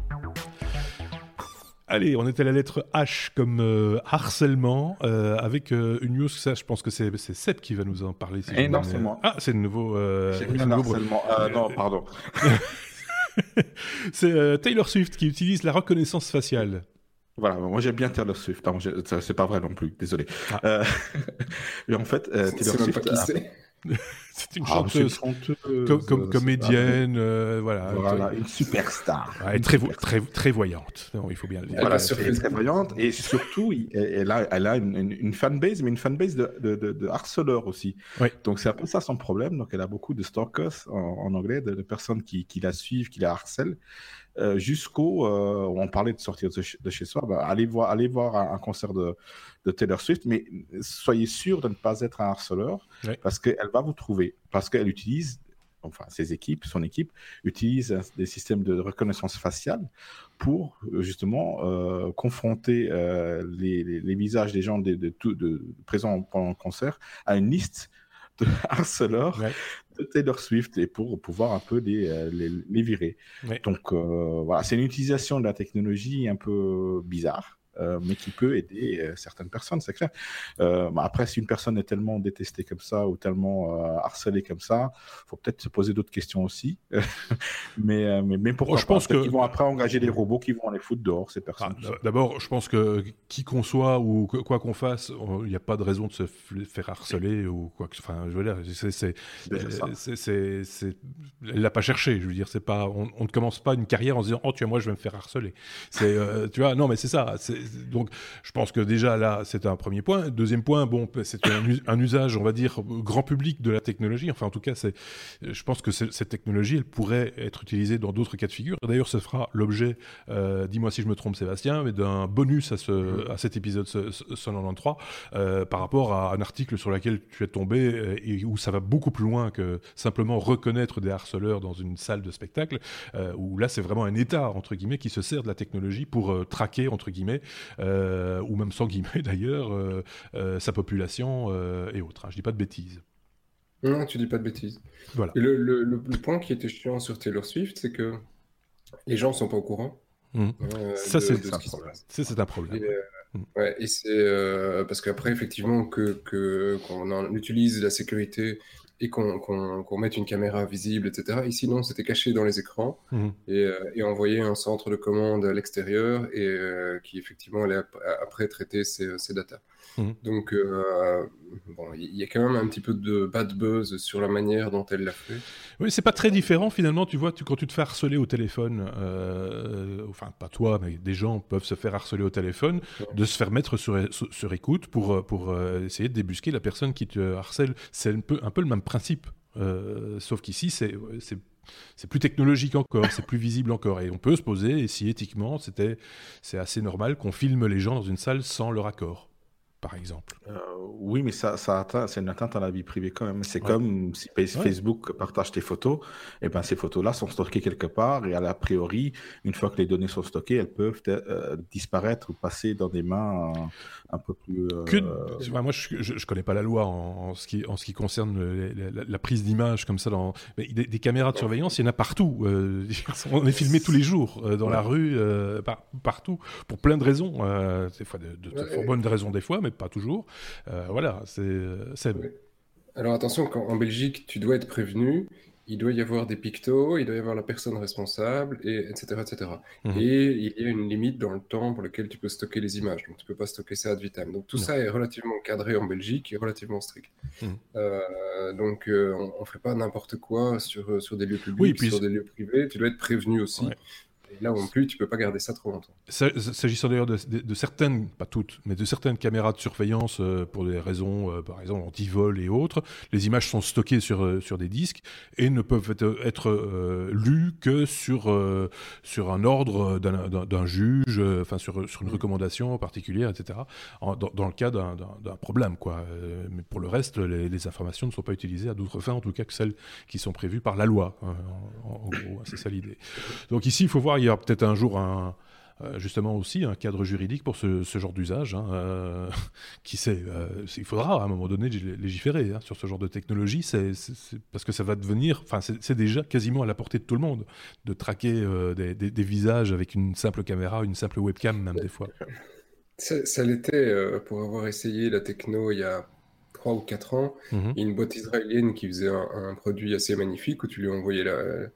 [SPEAKER 1] Allez, on était à la lettre H comme euh, harcèlement, euh, avec euh, une news, ça je pense que c'est, c'est Seb qui va nous en parler. Si
[SPEAKER 2] et non, c'est moi.
[SPEAKER 1] Ah, c'est le nouveau... Euh,
[SPEAKER 2] J'ai mis un harcèlement. Euh, non, pardon.
[SPEAKER 1] c'est euh, Taylor Swift qui utilise la reconnaissance faciale.
[SPEAKER 2] Voilà, moi j'aime bien Taylor Swift. Non, c'est pas vrai non plus, désolé. Ah. Euh, et en fait, euh, Taylor
[SPEAKER 3] c'est
[SPEAKER 2] Swift...
[SPEAKER 3] Même pas qui c'est.
[SPEAKER 1] C'est une chanteuse, ah, c'est une chanteuse com- com- comédienne, euh, voilà.
[SPEAKER 2] Voilà, une superstar.
[SPEAKER 1] Ouais, une très, vo- très, très voyante, non, il faut bien le dire.
[SPEAKER 2] Voilà, elle est très voyante, et surtout, elle a, elle a une, une, une fanbase, mais une fanbase de, de, de, de harceleurs aussi.
[SPEAKER 1] Oui.
[SPEAKER 2] Donc c'est un peu ça son problème. Donc elle a beaucoup de stalkers en, en anglais, de, de personnes qui, qui la suivent, qui la harcèlent. Euh, jusqu'au, euh, on parlait de sortir de chez, de chez soi, bah, allez voir, allez voir un, un concert de, de Taylor Swift, mais soyez sûr de ne pas être un harceleur, oui. parce qu'elle va vous trouver, parce qu'elle utilise, enfin ses équipes, son équipe utilise des systèmes de reconnaissance faciale pour justement euh, confronter euh, les, les, les visages des gens de, de, de, de, présents pendant le concert à une liste de harceleurs. Ouais. De Taylor Swift, et pour pouvoir un peu les, les, les virer. Oui. Donc euh, voilà, c'est une utilisation de la technologie un peu bizarre, euh, mais qui peut aider euh, certaines personnes, c'est clair. Euh, bah après, si une personne est tellement détestée comme ça ou tellement euh, harcelée comme ça, faut peut-être se poser d'autres questions aussi. mais, mais, mais pourquoi
[SPEAKER 1] oh, je pense que...
[SPEAKER 2] qu'ils vont après engager des robots qui vont les foutre dehors, ces personnes.
[SPEAKER 1] Ah, d'abord, je pense que qui qu'on soit ou que, quoi qu'on fasse, il n'y a pas de raison de se f- faire harceler ou quoi que. Enfin, je veux dire, c'est, c'est, c'est, c'est, c'est, elle l'a pas cherché. Je veux dire, c'est pas, on, on ne commence pas une carrière en se disant, oh, tu vois, moi, je vais me faire harceler. C'est, euh, tu vois, non, mais c'est ça. C'est, donc, je pense que déjà là, c'est un premier point. Deuxième point, bon, c'est un, un usage, on va dire, grand public de la technologie. Enfin, en tout cas, c'est, je pense que cette technologie, elle pourrait être utilisée dans d'autres cas de figure. D'ailleurs, ce sera l'objet, euh, dis-moi si je me trompe, Sébastien, mais d'un bonus à, ce, à cet épisode cent quatre-vingt-treize euh, par rapport à un article sur lequel tu es tombé et où ça va beaucoup plus loin que simplement reconnaître des harceleurs dans une salle de spectacle, euh, où là, c'est vraiment un État, entre guillemets, qui se sert de la technologie pour euh, traquer, entre guillemets, euh, ou même sans guillemets d'ailleurs, euh, euh, sa population euh, et autres. Hein. Je dis pas de bêtises.
[SPEAKER 3] Non, tu dis pas de bêtises.
[SPEAKER 1] Voilà.
[SPEAKER 3] Et le, le, le, le point qui était chiant sur Taylor Swift, c'est que les gens sont pas au courant.
[SPEAKER 1] Mmh. Euh, ça, de, c'est, de ce qui se passe. Ça, c'est un problème.
[SPEAKER 3] Et, euh, mmh. ouais, et c'est euh, parce qu'après, effectivement, que, que, qu'on en utilise la sécurité et qu'on, qu'on, qu'on mette une caméra visible, et cetera. Ici, non, c'était caché dans les écrans mmh. et, euh, et envoyé un centre de commande à l'extérieur et euh, qui, effectivement, allait ap- après traiter ces, ces datas. Mmh. Donc, euh, bon, il y a quand même un petit peu de bad buzz sur la manière dont elle l'a fait.
[SPEAKER 1] Oui, c'est pas très différent finalement. Tu vois, tu, quand tu te fais harceler au téléphone, euh, enfin pas toi, mais des gens peuvent se faire harceler au téléphone, ouais. de se faire mettre sur, sur, sur écoute pour, pour euh, essayer de débusquer la personne qui te harcèle. C'est un peu, un peu le même principe, euh, sauf qu'ici c'est, c'est c'est plus technologique encore, c'est plus visible encore, et on peut se poser si éthiquement c'était, c'est assez normal qu'on filme les gens dans une salle sans leur accord, par exemple.
[SPEAKER 2] Euh, oui, mais ça, ça atteint, c'est une atteinte à la vie privée quand même. C'est ouais. comme si Facebook ouais. partage tes photos, et ben ces photos-là sont stockées quelque part, et a priori, une fois que les données sont stockées, elles peuvent euh, disparaître ou passer dans des mains euh, un peu plus. Euh...
[SPEAKER 1] Que, enfin, moi, je, je, je connais pas la loi en, en ce qui en ce qui concerne le, la, la prise d'image comme ça. Dans mais des, des caméras de surveillance, il y en a partout. Euh, on est filmé tous les jours euh, dans ouais. la rue, euh, par, partout, pour plein de raisons. Euh, des fois de, de, de ouais. bonnes raisons des fois, mais pas toujours. Euh, voilà, c'est, c'est...
[SPEAKER 3] Oui. Alors attention, quand, en Belgique, tu dois être prévenu, il doit y avoir des pictos, il doit y avoir la personne responsable, et, etc. et cetera. Mmh. Et il y a une limite dans le temps pour lequel tu peux stocker les images, donc tu ne peux pas stocker ça ad vitam. Donc tout non. ça est relativement cadré en Belgique et relativement strict. Mmh. Euh, donc euh, on ne fait pas n'importe quoi sur, sur des lieux publics, oui, puis... sur des lieux privés, tu dois être prévenu aussi. Ouais. Et là non plus, tu ne peux pas garder ça trop longtemps.
[SPEAKER 1] S'agissant d'ailleurs de, de, de certaines, pas toutes, mais de certaines caméras de surveillance euh, pour des raisons, euh, par exemple anti-vol et autres, les images sont stockées sur, euh, sur des disques et ne peuvent être, être euh, lues que sur, euh, sur un ordre d'un, d'un, d'un juge, enfin euh, sur, sur une recommandation particulière, et cetera. En, dans, dans le cas d'un, d'un, d'un problème, quoi. Euh, mais pour le reste, les, les informations ne sont pas utilisées à d'autres fins, en tout cas que celles qui sont prévues par la loi. Hein, en, en gros, c'est ça l'idée. Donc ici, il faut voir. Il y aura peut-être un jour un, euh, justement aussi un cadre juridique pour ce, ce genre d'usage. Hein, euh, qui sait, euh, il faudra à un moment donné légiférer hein, sur ce genre de technologie, c'est, c'est, c'est parce que ça va devenir, enfin c'est, c'est déjà quasiment à la portée de tout le monde de traquer euh, des, des, des visages avec une simple caméra, une simple webcam même des fois.
[SPEAKER 3] Ça, ça l'était euh, pour avoir essayé la techno il y a trois ou quatre ans. Mm-hmm. Il y a une boîte israélienne qui faisait un, un produit assez magnifique où tu lui envoyais la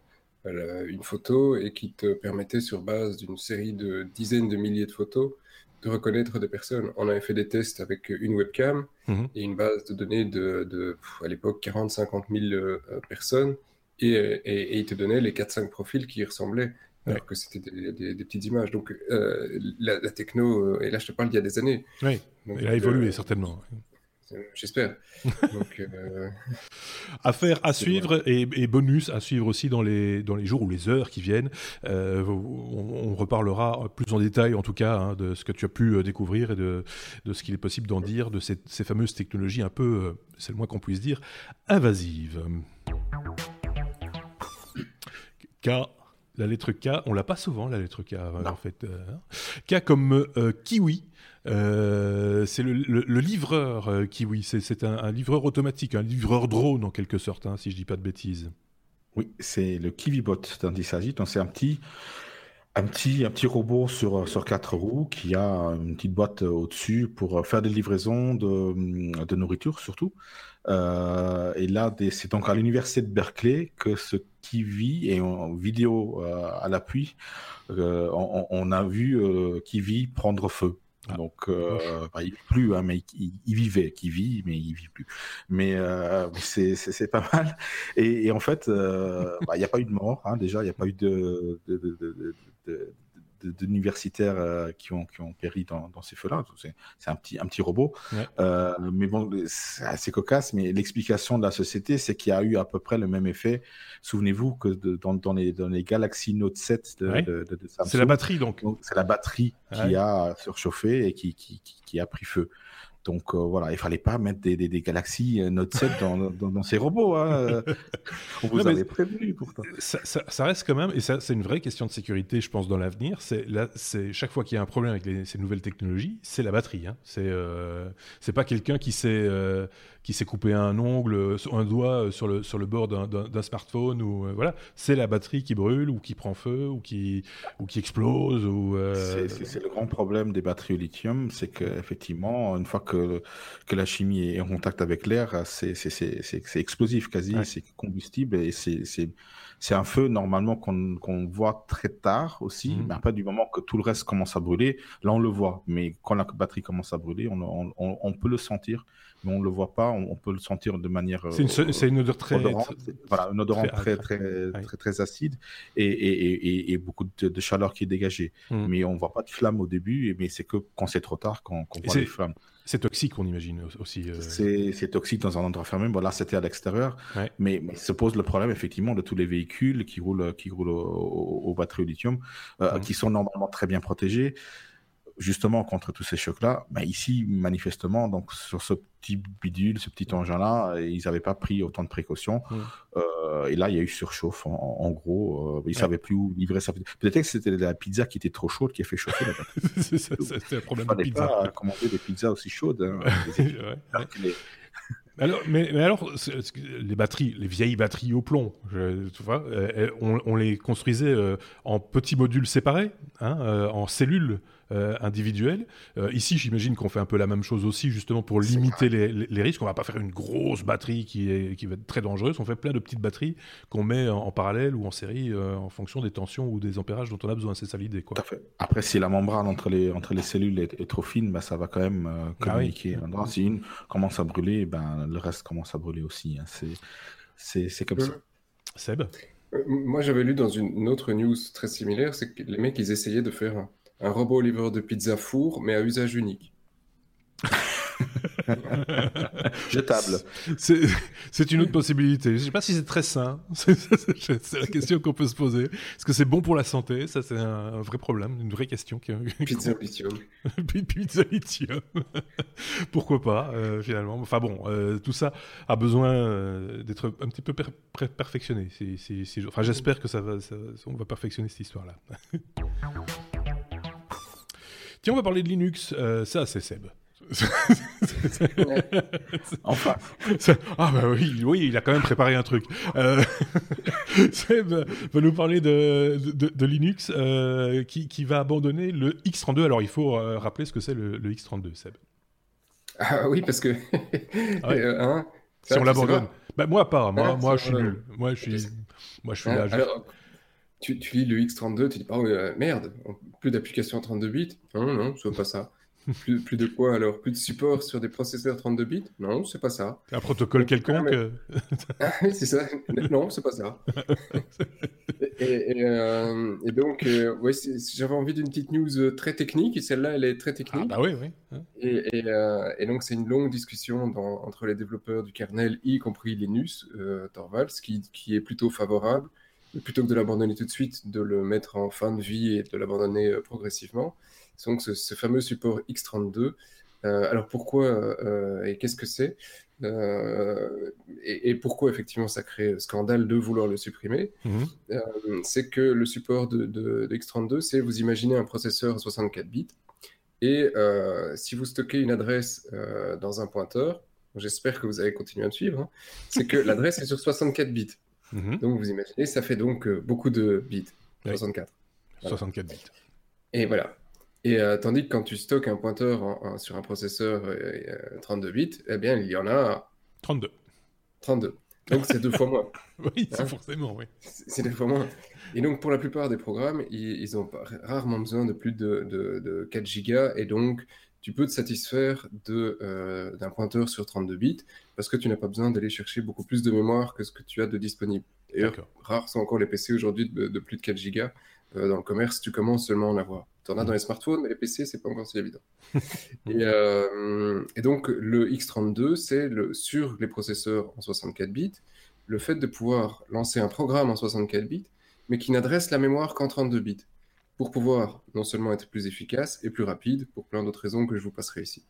[SPEAKER 3] une photo et qui te permettait sur base d'une série de dizaines de milliers de photos de reconnaître des personnes. On avait fait des tests avec une webcam mmh. et une base de données de, de à l'époque quarante à cinquante mille euh, personnes et, et, et il te donnait les quatre cinq profils qui y ressemblaient alors ouais. que c'était des, des, des petites images. Donc euh, la, la techno, et là je te parle d'il y a des années.
[SPEAKER 1] Oui, donc, elle a évolué euh, certainement.
[SPEAKER 3] J'espère. Donc, euh...
[SPEAKER 1] Affaire à suivre et, et bonus à suivre aussi dans les, dans les jours ou les heures qui viennent. Euh, on, on reparlera plus en détail, en tout cas, hein, de ce que tu as pu découvrir et de, de ce qu'il est possible d'en dire, de ces, ces fameuses technologies un peu, c'est le moins qu'on puisse dire, invasives. K. La lettre K, on l'a pas souvent, la lettre K, hein, en fait. Euh, K comme euh, kiwi. Euh, c'est le, le, le livreur euh, Kiwi, c'est, c'est un, un livreur automatique, un livreur drone en quelque sorte, hein, si je dis pas de bêtises.
[SPEAKER 2] Oui, c'est le KiwiBot dont il s'agit. Donc c'est un petit, un petit, un petit robot sur sur quatre roues qui a une petite boîte au-dessus pour faire des livraisons de, de nourriture surtout. Euh, et là, des, c'est donc à l'université de Berkeley que ce Kiwi, et en vidéo euh, à l'appui, euh, on, on a vu euh, Kiwi prendre feu. Ah. Donc, euh, bah, il vit plus, hein, mais il, il vivait, qui vit, mais il vit plus. Mais euh, c'est, c'est, c'est pas mal. Et, et en fait, euh, bah, il n'y a pas eu de mort, hein, déjà, il n'y a pas eu de, de, de, de, de, de, d'universitaires euh, qui ont qui ont péri dans, dans ces feux-là. C'est, c'est un petit un petit robot. Ouais. Euh, mais bon, c'est assez cocasse. Mais l'explication de la société, c'est qu'il y a eu à peu près le même effet. Souvenez-vous que de, dans dans les dans les Galaxy Note sept de, ouais. de, de, de Samsung,
[SPEAKER 1] c'est la batterie donc.
[SPEAKER 2] donc c'est la batterie ouais. qui a surchauffé et qui qui qui, qui a pris feu. Donc euh, voilà, il fallait pas mettre des, des, des Galaxy Note sept dans, dans, dans ces robots. Hein. On vous non, avait prévenu pourtant.
[SPEAKER 1] Ça, ça, ça reste quand même, et ça, c'est une vraie question de sécurité, je pense, dans l'avenir. C'est, là, c'est chaque fois qu'il y a un problème avec les, ces nouvelles technologies, c'est la batterie. Hein. C'est, euh, c'est pas quelqu'un qui s'est, euh, qui s'est coupé un ongle, un doigt sur le, sur le bord d'un, d'un, d'un smartphone. Ou, euh, voilà. C'est la batterie qui brûle, ou qui prend feu, ou qui, ou qui explose. Ou, euh...
[SPEAKER 2] c'est, c'est, c'est le grand problème des batteries au lithium, c'est qu'effectivement, une fois que que, que la chimie est en contact avec l'air, c'est, c'est, c'est, c'est, c'est explosif quasi, ouais. C'est combustible et c'est, c'est, c'est un feu normalement qu'on, qu'on voit très tard aussi, mmh. mais après du moment que tout le reste commence à brûler, là on le voit. Mais quand la batterie commence à brûler, on, on, on, on peut le sentir, mais on ne le voit pas, on, on peut le sentir de manière...
[SPEAKER 1] C'est une, euh, c'est une odeur très...
[SPEAKER 2] Odorante, voilà, une odorante très, très, très, très, très, très acide et, et, et, et beaucoup de, de chaleur qui est dégagée. Mmh. Mais on ne voit pas de flamme au début, mais c'est que quand c'est trop tard qu'on, qu'on voit les flammes.
[SPEAKER 1] C'est toxique, on imagine aussi. Euh...
[SPEAKER 2] C'est, c'est toxique dans un endroit fermé. Bon, là, c'était à l'extérieur. Ouais. Mais, mais se pose le problème, effectivement, de tous les véhicules qui roulent, qui roulent aux, aux, aux batteries au lithium, euh, mmh. qui sont normalement très bien protégés. Justement, contre tous ces chocs-là, ben ici, manifestement, donc sur ce petit bidule, ce petit engin-là, ils n'avaient pas pris autant de précautions. Mmh. Euh, et là, il y a eu surchauffe. En, en gros, euh, ils ne ouais. savaient plus où livrer ça. Peut-être que c'était la pizza qui était trop chaude qui a fait chauffer la batterie.
[SPEAKER 1] c'est, ça, c'était un problème
[SPEAKER 2] de
[SPEAKER 1] pizza.
[SPEAKER 2] Il ne fallait pas commander des pizzas aussi chaudes. Hein, ouais, ouais.
[SPEAKER 1] Les... Alors, mais, mais alors, les batteries, les vieilles batteries au plomb, je, tu vois, euh, on, on les construisait euh, en petits modules séparés, hein, euh, en cellules euh, individuelles. Euh, ici, j'imagine qu'on fait un peu la même chose aussi, justement pour limiter les, les, les risques. On va pas faire une grosse batterie qui, est, qui va être très dangereuse. On fait plein de petites batteries qu'on met en, en parallèle ou en série euh, en fonction des tensions ou des ampérages dont on a besoin. C'est ça l'idée, quoi.
[SPEAKER 2] Tout à fait. Après, si la membrane entre les, entre les cellules est, est trop fine, bah, ça va quand même euh, communiquer. Ah oui. Si une commence à brûler, ben, le reste commence à brûler aussi. Hein. C'est, c'est, c'est comme euh, ça.
[SPEAKER 1] Seb
[SPEAKER 3] euh, Moi, j'avais lu dans une autre news très similaire, c'est que les mecs, ils essayaient de faire un, un robot livreur de pizza four, mais à usage unique.
[SPEAKER 2] Jetable.
[SPEAKER 1] C'est, c'est une autre possibilité. Je ne sais pas si c'est très sain. C'est, c'est, c'est la question qu'on peut se poser. Est-ce que c'est bon pour la santé ? Ça, c'est un, un vrai problème, une vraie question.
[SPEAKER 3] Pizza lithium.
[SPEAKER 1] Pizza lithium. Pourquoi pas, euh, finalement. Enfin bon, euh, tout ça a besoin euh, d'être un petit peu per- per- perfectionné. C'est, c'est, c'est... Enfin, j'espère que ça va, ça, on va perfectionner cette histoire-là. Tiens, on va parler de Linux. Euh, ça, c'est Seb.
[SPEAKER 2] Enfin.
[SPEAKER 1] Ah bah oui, oui, il a quand même préparé un truc. Euh... Seb va nous parler de, de, de Linux euh, qui, qui va abandonner le X trente-deux. Alors il faut euh, rappeler ce que c'est le, le X trente-deux, Seb.
[SPEAKER 3] Ah oui, parce que...
[SPEAKER 1] ah ouais. euh, hein, ça, si on l'abandonne. Bah, moi pas, moi, ah, moi je suis nul. Moi je suis, moi, je suis
[SPEAKER 3] ah,
[SPEAKER 1] là.
[SPEAKER 3] Alors, tu, tu lis le X trente-deux, tu dis oh, euh, merde, plus d'applications trente-deux bits. Non, non, c'est pas ça. Plus, plus de quoi alors ? Plus de support sur des processeurs trente-deux bits ? Non, c'est pas ça.
[SPEAKER 1] Un protocole donc, quelconque mais...
[SPEAKER 3] Ah oui, c'est ça. Non, c'est pas ça. et, et, euh, et donc, euh, ouais, c'est, j'avais envie d'une petite news très technique, et celle-là, elle est très technique.
[SPEAKER 1] Ah bah oui, oui.
[SPEAKER 3] Et, et, euh, et donc, c'est une longue discussion dans, entre les développeurs du kernel, y compris Linus euh, Torvalds, qui, qui est plutôt favorable, plutôt que de l'abandonner tout de suite, de le mettre en fin de vie et de l'abandonner euh, progressivement. Donc ce, ce fameux support X trente-deux. Euh, alors pourquoi euh, et qu'est-ce que c'est euh, et, et pourquoi effectivement ça crée scandale de vouloir le supprimer mmh. euh, C'est que le support de, de, de X trente-deux, c'est vous imaginez un processeur à soixante-quatre bits et euh, si vous stockez une adresse euh, dans un pointeur, j'espère que vous allez continuer à me suivre, hein, c'est que l'adresse est sur soixante-quatre bits. Mmh. Donc vous imaginez, ça fait donc euh, beaucoup de bits, oui. soixante-quatre. Voilà.
[SPEAKER 1] soixante-quatre bits.
[SPEAKER 3] Et voilà. Et euh, tandis que quand tu stockes un pointeur en, en, sur un processeur euh, trente-deux bits, eh bien, il y en a...
[SPEAKER 1] trente-deux.
[SPEAKER 3] trente-deux. Donc, c'est deux fois moins.
[SPEAKER 1] Oui, c'est hein forcément, oui.
[SPEAKER 3] C'est, c'est deux fois moins. Et donc, pour la plupart des programmes, ils, ils ont rarement besoin de plus de, de, de quatre gigas. Et donc, tu peux te satisfaire de, euh, d'un pointeur sur trente-deux bits parce que tu n'as pas besoin d'aller chercher beaucoup plus de mémoire que ce que tu as de disponible. D'ailleurs, D'accord. rares sont encore les P C aujourd'hui de, de plus de quatre gigas. Euh, dans le commerce, tu commences seulement à en avoir. Tu en as mmh. dans les smartphones, mais les P C, c'est pas encore si évident. et, euh, et donc, le X trente-deux, c'est le, sur les processeurs en soixante-quatre bits, le fait de pouvoir lancer un programme en soixante-quatre bits, mais qui n'adresse la mémoire qu'en trente-deux bits, pour pouvoir non seulement être plus efficace et plus rapide, pour plein d'autres raisons que je vous passerai ici.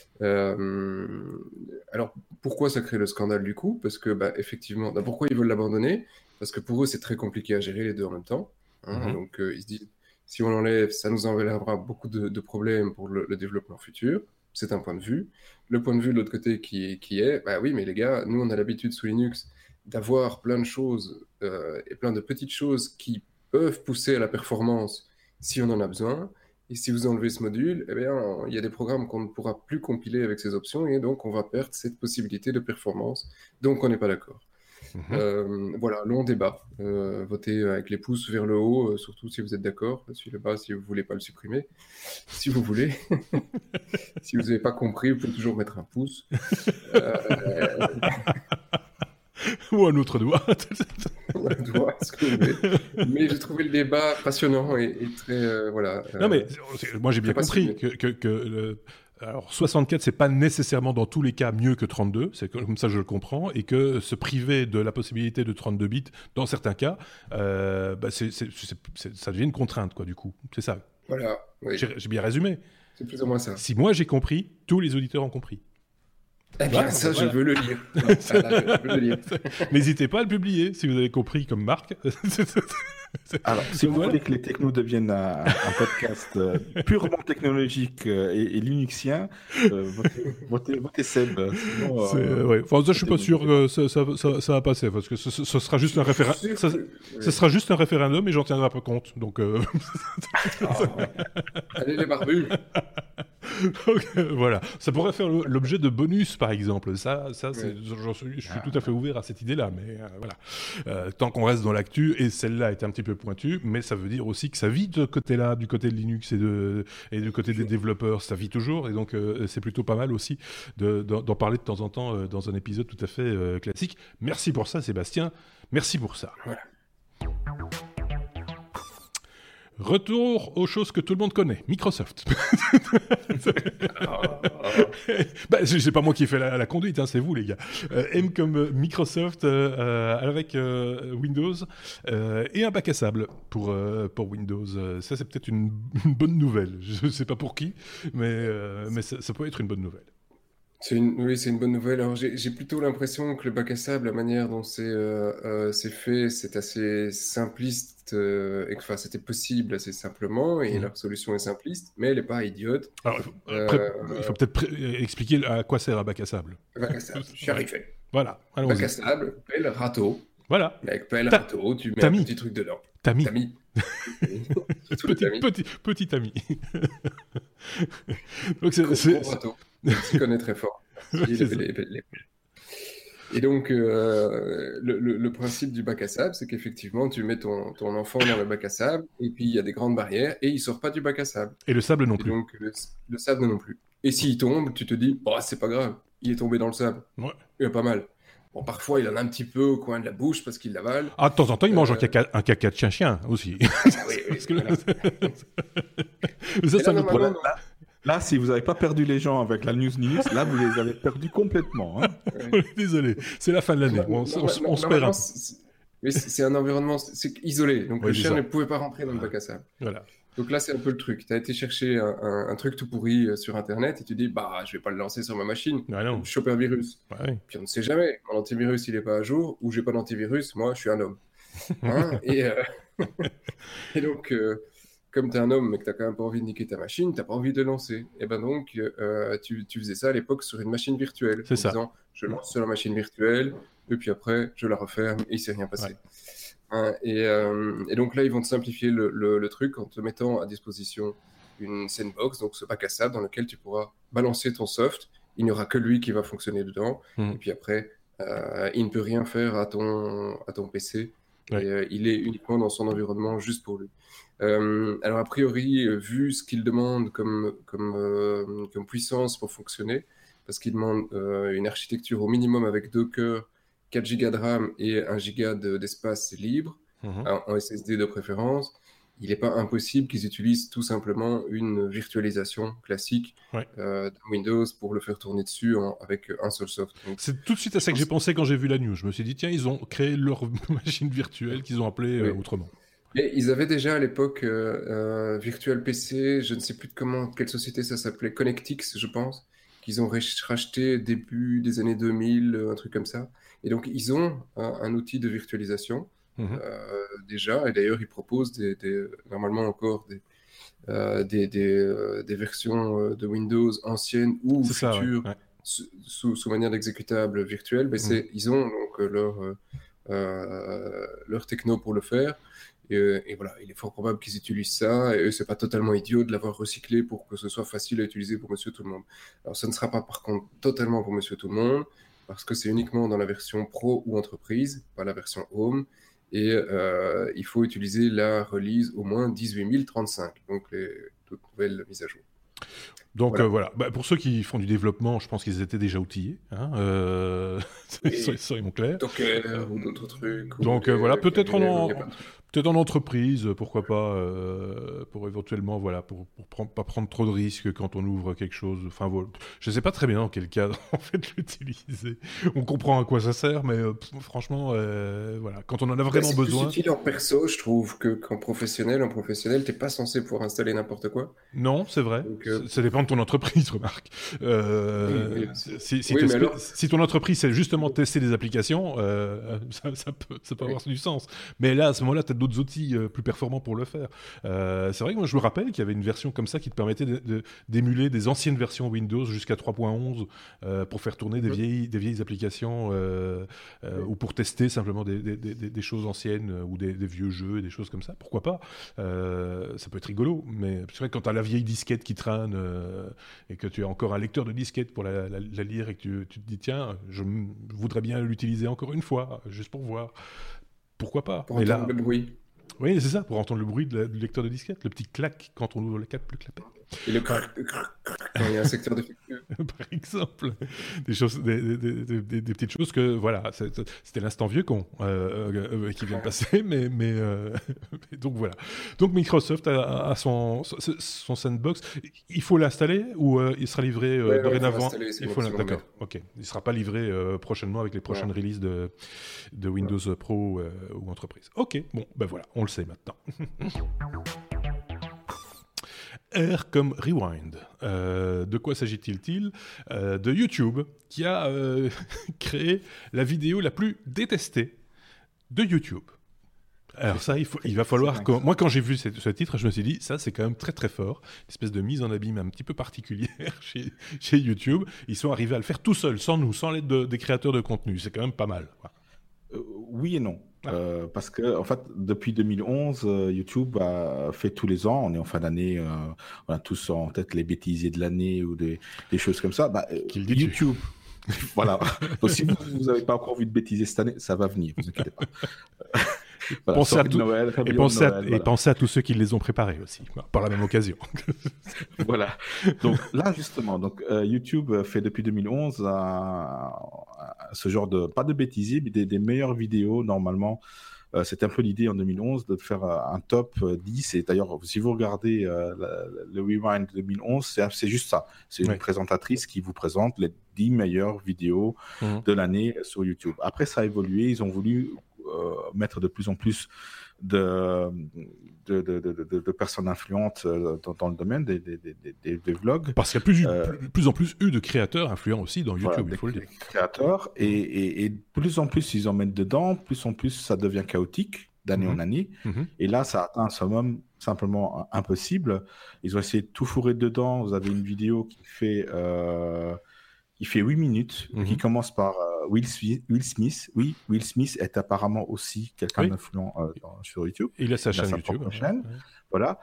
[SPEAKER 3] Euh, alors, pourquoi ça crée le scandale du coup ? Parce que, bah, effectivement, bah, pourquoi ils veulent l'abandonner ? Parce que pour eux, c'est très compliqué à gérer les deux en même temps. Hein, mmh. Donc, euh, ils se disent, si on l'enlève, ça nous enlèvera beaucoup de, de problèmes pour le, le développement futur. C'est un point de vue. Le point de vue de l'autre côté qui, qui est, bah oui, mais les gars, nous, on a l'habitude sous Linux d'avoir plein de choses euh, et plein de petites choses qui peuvent pousser à la performance si on en a besoin. Et si vous enlevez ce module, eh bien, il y a des programmes qu'on ne pourra plus compiler avec ces options et donc on va perdre cette possibilité de performance. Donc on n'est pas d'accord. Mmh. Euh, voilà, long débat. Euh, votez avec les pouces vers le haut, euh, surtout si vous êtes d'accord. Celui là-bas, si vous ne voulez pas le supprimer. Si vous voulez. Si vous n'avez pas compris, vous pouvez toujours mettre un pouce. Euh...
[SPEAKER 1] Ou un autre doigt.
[SPEAKER 3] Ou un doigt, ce que vous voulez. Mais j'ai trouvé le débat passionnant et, et très... Euh, voilà,
[SPEAKER 1] non, mais euh, moi j'ai bien compris que... que, que euh... Alors, soixante-quatre, c'est pas nécessairement dans tous les cas mieux que trente-deux, c'est comme ça je le comprends, et que se priver de la possibilité de trente-deux bits, dans certains cas, euh, bah c'est, c'est, c'est, c'est, ça devient une contrainte, quoi, du coup. C'est ça.
[SPEAKER 3] Voilà. Oui.
[SPEAKER 1] J'ai, j'ai bien résumé.
[SPEAKER 3] C'est plus ou moins ça.
[SPEAKER 1] Si moi j'ai compris, tous les auditeurs ont compris.
[SPEAKER 3] Eh bien, voilà, ça, voilà. je veux le lire. Non, ça, là, je veux le lire.
[SPEAKER 1] N'hésitez pas à le publier, si vous avez compris comme Marc.
[SPEAKER 2] Alors, si vous voilà. voulez que les technos deviennent un, un podcast euh, purement technologique euh, et, et linuxien, euh, votez, votez, votez Seb. Sinon,
[SPEAKER 1] euh, ouais. Enfin, ça, je suis pas sûr que ça, ça, ça, ça va passer, parce que ce, ce, ce sera juste un référendum. Ça, oui. Ce sera juste un référendum et j'en tiendrai pas compte. Donc, euh...
[SPEAKER 3] oh, allez les barbus.
[SPEAKER 1] Donc, euh, voilà, ça pourrait faire l'objet de bonus, par exemple. Ça, ça, c'est, oui. j'en suis, je suis ah. tout à fait ouvert à cette idée-là, mais euh, voilà. Euh, tant qu'on reste dans l'actu, et celle-là est un petit peu pointue, mais ça veut dire aussi que ça vit de ce côté-là, du côté de Linux et, de, et du côté des développeurs, ça vit toujours, et donc euh, c'est plutôt pas mal aussi de, d'en, d'en parler de temps en temps euh, dans un épisode tout à fait euh, classique. Merci pour ça, Sébastien. Merci pour ça.
[SPEAKER 3] Voilà.
[SPEAKER 1] Retour aux choses que tout le monde connaît, Microsoft. bah, c'est pas moi qui ai fait la, la conduite, hein, c'est vous les gars. Euh, M comme Microsoft euh, avec euh, Windows euh, et un bac à sable pour, euh, pour Windows. Ça c'est peut-être une, une bonne nouvelle. Je sais pas pour qui, mais, euh, mais ça, ça peut être une bonne nouvelle.
[SPEAKER 3] C'est une, oui, c'est une bonne nouvelle. Alors, j'ai, j'ai plutôt l'impression que le bac à sable, la manière dont c'est, euh, euh, c'est fait, c'est assez simpliste euh, et que enfin, c'était possible assez simplement et mmh. leur solution est simpliste, mais elle n'est pas idiote.
[SPEAKER 1] Alors, il faut, euh, il faut peut-être pré- expliquer à quoi sert un bac à sable.
[SPEAKER 3] Bac à sable, je suis arrivé.
[SPEAKER 1] Voilà.
[SPEAKER 3] Allons-y. Bac à sable, pelle, râteau.
[SPEAKER 1] Voilà.
[SPEAKER 3] Et avec pelle, Ta- râteau, tu mets Tami. un petit truc dedans.
[SPEAKER 1] Tami.
[SPEAKER 3] Tami.
[SPEAKER 1] petit, petit, petit ami.
[SPEAKER 3] Donc c'est, c'est, gros râteau. Tu connais très fort. les, les, les, les... Et donc, euh, le, le, le principe du bac à sable, c'est qu'effectivement, tu mets ton, ton enfant dans le bac à sable, et puis il y a des grandes barrières, et il ne sort pas du bac à sable.
[SPEAKER 1] Et le sable non
[SPEAKER 3] et
[SPEAKER 1] plus.
[SPEAKER 3] Donc, le, le sable non plus. Et s'il tombe, tu te dis, oh, c'est pas grave, il est tombé dans le sable.
[SPEAKER 1] Ouais.
[SPEAKER 3] Il a pas mal. Bon, parfois, il en a un petit peu au coin de la bouche parce qu'il l'avale.
[SPEAKER 1] Ah, de temps en temps, il mange euh... un, caca, un caca de chien-chien aussi.
[SPEAKER 3] Ah, oui, oui.
[SPEAKER 1] que
[SPEAKER 3] voilà.
[SPEAKER 1] ça, ça
[SPEAKER 2] là, problème. Là, là, si vous n'avez pas perdu les gens avec la news Linux, là, vous les avez perdus complètement. Hein.
[SPEAKER 3] Oui.
[SPEAKER 1] Désolé, c'est la fin de l'année. On, on, on, on se perd un
[SPEAKER 3] peu. C'est un environnement c'est isolé, donc oui, le chien ça. ne pouvait pas rentrer dans le bac à sable.
[SPEAKER 1] Voilà.
[SPEAKER 3] Donc là, c'est un peu le truc. Tu as été chercher un, un, un truc tout pourri euh, sur Internet et tu dis, bah, je vais pas le lancer sur ma machine.
[SPEAKER 1] Ah non.
[SPEAKER 3] Je chope un virus.
[SPEAKER 1] Ah oui.
[SPEAKER 3] Puis on ne sait jamais. Mon antivirus, il est pas à jour ou j'ai pas d'antivirus. Moi, je suis un homme. Hein et, euh... et donc, euh, comme tu es un homme mais que tu n'as quand même pas envie de niquer ta machine, tu n'as pas envie de le lancer. Et ben donc, euh, tu, tu faisais ça à l'époque sur une machine virtuelle.
[SPEAKER 1] C'est
[SPEAKER 3] en
[SPEAKER 1] ça.
[SPEAKER 3] Disant, je lance sur la machine virtuelle et puis après, je la referme et il ne s'est rien passé. Ouais. Hein, et, euh, et donc là, ils vont te simplifier le, le, le truc en te mettant à disposition une sandbox, donc ce bac à sable dans lequel tu pourras balancer ton soft. Il n'y aura que lui qui va fonctionner dedans. Mmh. Et puis après, euh, il ne peut rien faire à ton, à ton P C. Ouais. Et, euh, il est uniquement dans son environnement juste pour lui. Euh, alors a priori, euh, vu ce qu'il demande comme, comme, euh, comme puissance pour fonctionner, parce qu'il demande euh, une architecture au minimum avec deux cœurs, quatre gigas de RAM et un giga de, d'espace libre, mmh. en, en S S D de préférence, il n'est pas impossible qu'ils utilisent tout simplement une virtualisation classique
[SPEAKER 1] ouais.
[SPEAKER 3] euh, de Windows pour le faire tourner dessus en, avec un seul soft. Donc,
[SPEAKER 1] c'est tout de suite à ça que j'ai pensé quand j'ai vu la news. Je me suis dit, tiens, ils ont créé leur machine virtuelle qu'ils ont appelée
[SPEAKER 3] oui.
[SPEAKER 1] euh, autrement.
[SPEAKER 3] Et ils avaient déjà à l'époque euh, euh, Virtual P C, je ne sais plus de comment, quelle société ça s'appelait, Connectix, je pense, qu'ils ont racheté début des années deux mille, un truc comme ça. Et donc, ils ont un, un outil de virtualisation mmh. euh, déjà, et d'ailleurs, ils proposent des, des, normalement encore des, euh, des, des, euh, des versions de Windows anciennes ou
[SPEAKER 1] c'est
[SPEAKER 3] futures
[SPEAKER 1] ça, ouais. Ouais.
[SPEAKER 3] sous, sous manière d'exécutable virtuel. Mais mmh. c'est, ils ont donc leur, euh, leur techno pour le faire. Et, et voilà, il est fort probable qu'ils utilisent ça, et c'est pas totalement idiot de l'avoir recyclé pour que ce soit facile à utiliser pour Monsieur Tout le Monde. Alors, ce ne sera pas par contre totalement pour Monsieur Tout le Monde, parce que c'est uniquement dans la version Pro ou Entreprise, pas la version Home, et euh, il faut utiliser la release au moins dix-huit mille trente-cinq, donc les toutes nouvelles mises à jour.
[SPEAKER 1] Donc voilà, euh, voilà. Bah, pour ceux qui font du développement, je pense qu'ils étaient déjà outillés, hein, euh... soyons clairs.
[SPEAKER 3] Docker euh, ou d'autres trucs.
[SPEAKER 1] Donc euh, voilà, peut-être en, peut-être en entreprise, pourquoi pas, euh, pour éventuellement, voilà, pour, pour prendre, pas prendre trop de risques quand on ouvre quelque chose. Enfin, voilà. Je sais pas très bien dans quel cadre en fait l'utiliser. On comprend à quoi ça sert, mais euh, pff, franchement, euh, voilà, quand on en a vraiment
[SPEAKER 3] c'est
[SPEAKER 1] besoin.
[SPEAKER 3] C'est plus utile en perso, je trouve, que qu'en professionnel. En professionnel, t'es pas censé pouvoir installer n'importe quoi.
[SPEAKER 1] Non, c'est vrai. Donc, euh... ça dépend de ton entreprise, remarque. Euh, oui, oui, si, si, oui, alors... si ton entreprise c'est justement tester des applications, euh, ça, ça peut, ça peut oui. avoir du sens. Mais là, à ce moment-là, tu as d'autres outils euh, plus performants pour le faire. Euh, c'est vrai que moi, je me rappelle qu'il y avait une version comme ça qui te permettait de, de, d'émuler des anciennes versions Windows jusqu'à trois point onze euh, pour faire tourner des vieilles, des vieilles applications euh, euh, oui. ou pour tester simplement des, des, des, des choses anciennes ou des, des vieux jeux et des choses comme ça. Pourquoi pas euh, ça peut être rigolo, mais c'est vrai que quand tu as la vieille disquette qui traîne euh, et que tu as encore un lecteur de disquette pour la, la, la lire et que tu, tu te dis tiens, je m- voudrais bien l'utiliser encore une fois, juste pour voir. Pourquoi pas?
[SPEAKER 3] Pour entendre là... le bruit.
[SPEAKER 1] Oui, c'est ça, pour entendre le bruit de la, du lecteur de disquette, le petit clac quand on ouvre le cap, le clapet.
[SPEAKER 3] Et le crac, quand il y a un secteur défectueux.
[SPEAKER 1] Par exemple, des, choses, des, des, des, des, des petites choses que, voilà, c'était l'instant vieux con euh, euh, qui vient de passer, mais, mais, euh, mais donc voilà. Donc Microsoft a, a son, son sandbox. Il faut l'installer ou euh, il sera livré euh,
[SPEAKER 3] ouais,
[SPEAKER 1] dorénavant?
[SPEAKER 3] Il faut l'installer.
[SPEAKER 1] D'accord, ok. Il ne sera pas livré euh, prochainement avec les prochaines ouais. releases de, de Windows ouais. Pro euh, ou Entreprise. Ok, bon, ben voilà, on le sait maintenant. R comme Rewind. Euh, de quoi s'agit-il euh, De YouTube, qui a euh, créé la vidéo la plus détestée de YouTube. Alors ça, il, faut, il va falloir... Que, moi, quand j'ai vu ce, ce titre, je me suis dit, ça, c'est quand même très très fort. Une espèce de mise en abîme un petit peu particulière chez, chez YouTube. Ils sont arrivés à le faire tout seuls, sans nous, sans l'aide de, des créateurs de contenu. C'est quand même pas mal.
[SPEAKER 2] Euh, oui et non. Ah. Euh, parce que en fait, depuis deux mille onze, euh, YouTube a fait tous les ans, on est en fin d'année, euh, on a tous en tête les bêtisiers de l'année ou des, des choses comme ça. Bah, euh, YouTube, voilà. Donc si vous n'avez pas encore vu de bêtisier cette année, ça va venir, ne vous inquiétez pas.
[SPEAKER 1] Voilà, pensez à tout... Noël, et, pensez Noël, à... voilà. et pensez à tous ceux qui les ont préparés aussi, par la même occasion.
[SPEAKER 2] Voilà. Donc là, justement, donc, euh, YouTube fait depuis deux mille onze euh, ce genre de, pas de bêtisier, mais des, des meilleures vidéos, normalement. Euh, c'était un peu l'idée en deux mille onze de faire un top dix. Et d'ailleurs, si vous regardez euh, le, le Rewind deux mille onze, c'est, c'est juste ça. C'est une ouais. présentatrice qui vous présente les dix meilleures vidéos mmh. de l'année sur YouTube. Après, ça a évolué. Ils ont voulu euh, mettre de plus en plus de, de, de, de, de, de personnes influentes dans, dans le domaine des, des, des, des, des vlogs.
[SPEAKER 1] Parce qu'il y a plus, euh, de plus en plus eu de créateurs influents aussi dans YouTube, voilà, il faut le dire.
[SPEAKER 2] Créateurs, et, et, et de plus en plus ils en mettent dedans, plus en plus ça devient chaotique d'année mmh. en année. Mmh. Et là, ça atteint un summum simplement impossible. Ils ont essayé de tout fourrer dedans. Vous avez une vidéo qui fait... Euh, Il fait huit minutes, mmh. qui commence par euh, Will, Smith, Will Smith. Oui, Will Smith est apparemment aussi quelqu'un oui. d'influent euh, dans, sur YouTube.
[SPEAKER 1] Il a sa chaîne
[SPEAKER 2] sa
[SPEAKER 1] YouTube.
[SPEAKER 2] Chaîne. Ouais. Voilà.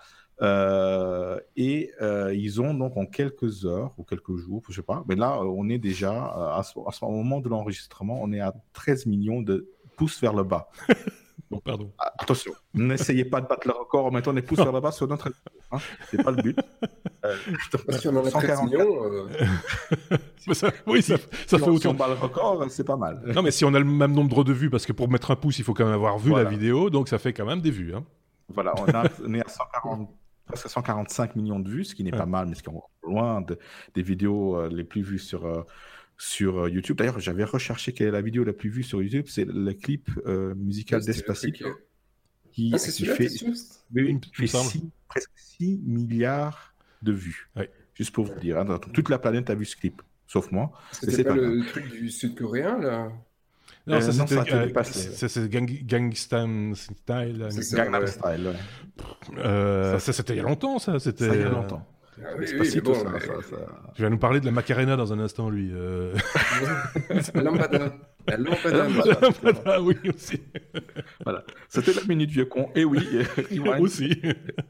[SPEAKER 2] Euh, et euh, ils ont donc en quelques heures ou quelques jours, je sais pas, mais là, on est déjà, à ce, à ce moment de l'enregistrement, on est à treize millions de pouces vers le bas.
[SPEAKER 1] Bon, pardon.
[SPEAKER 2] Attention, n'essayez pas de battre le record en mettant les pouces vers le bas sur notre... Hein, c'est pas le but. Euh,
[SPEAKER 3] si on en a treize millions... Euh...
[SPEAKER 1] ça, oui, ça, ça
[SPEAKER 2] si
[SPEAKER 1] fait
[SPEAKER 2] on,
[SPEAKER 1] autant.
[SPEAKER 2] Si on bat le record, c'est pas mal.
[SPEAKER 1] Non, mais si on a le même nombre de vues, parce que pour mettre un pouce, il faut quand même avoir vu voilà. la vidéo, donc ça fait quand même des vues. Hein.
[SPEAKER 2] Voilà, on, a, on est à cent quarante, presque cent quarante-cinq millions de vues, ce qui n'est ouais. pas mal, mais ce qui est loin de, des vidéos euh, les plus vues sur... Euh, sur YouTube. D'ailleurs, j'avais recherché quelle est la vidéo la plus vue sur YouTube. C'est le clip euh, musical d'Espacito. Qui,
[SPEAKER 3] ah, c'est
[SPEAKER 2] qui
[SPEAKER 3] celui-là,
[SPEAKER 2] fait,
[SPEAKER 3] qui
[SPEAKER 2] fait six, presque six milliards de vues.
[SPEAKER 1] Ouais.
[SPEAKER 2] Juste pour vous dire. Hein. Toute la planète a vu ce clip, sauf moi.
[SPEAKER 3] C'était c'est pas, pas le truc du sud-coréen, là
[SPEAKER 1] Non, euh, ça,
[SPEAKER 2] non,
[SPEAKER 1] c'était,
[SPEAKER 2] ça
[SPEAKER 1] euh,
[SPEAKER 2] dépassé,
[SPEAKER 1] c'est, c'est gang, Gangstam Style.
[SPEAKER 2] C'est ça, Gangnam ouais. Style, ouais.
[SPEAKER 1] Euh, ça, ça, c'était il y a longtemps, ça. C'était,
[SPEAKER 2] ça, il y a longtemps.
[SPEAKER 3] Ah, oui, oui, mais bon, ça,
[SPEAKER 2] ça, ça...
[SPEAKER 1] Tu vas nous parler de la Macarena dans un instant, lui. Euh...
[SPEAKER 3] Lambada. La lampada.
[SPEAKER 1] La lampada, oui, aussi.
[SPEAKER 2] Voilà. C'était la minute vieux con. Et oui,
[SPEAKER 1] aussi.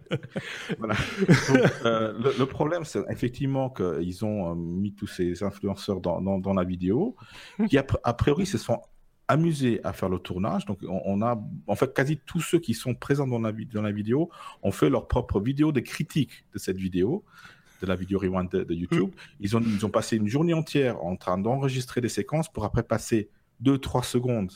[SPEAKER 2] Voilà. Donc, euh, le, le problème, c'est effectivement qu'ils ont euh, mis tous ces influenceurs dans, dans, dans la vidéo, qui a, a priori se sont amusés à faire le tournage. Donc, on, on a, en fait, quasi tous ceux qui sont présents dans la, dans la vidéo ont fait leur propre vidéo de critique de cette vidéo, de la vidéo Rewind de, de YouTube. Ils ont, ils ont passé une journée entière en train d'enregistrer des séquences pour après passer deux trois secondes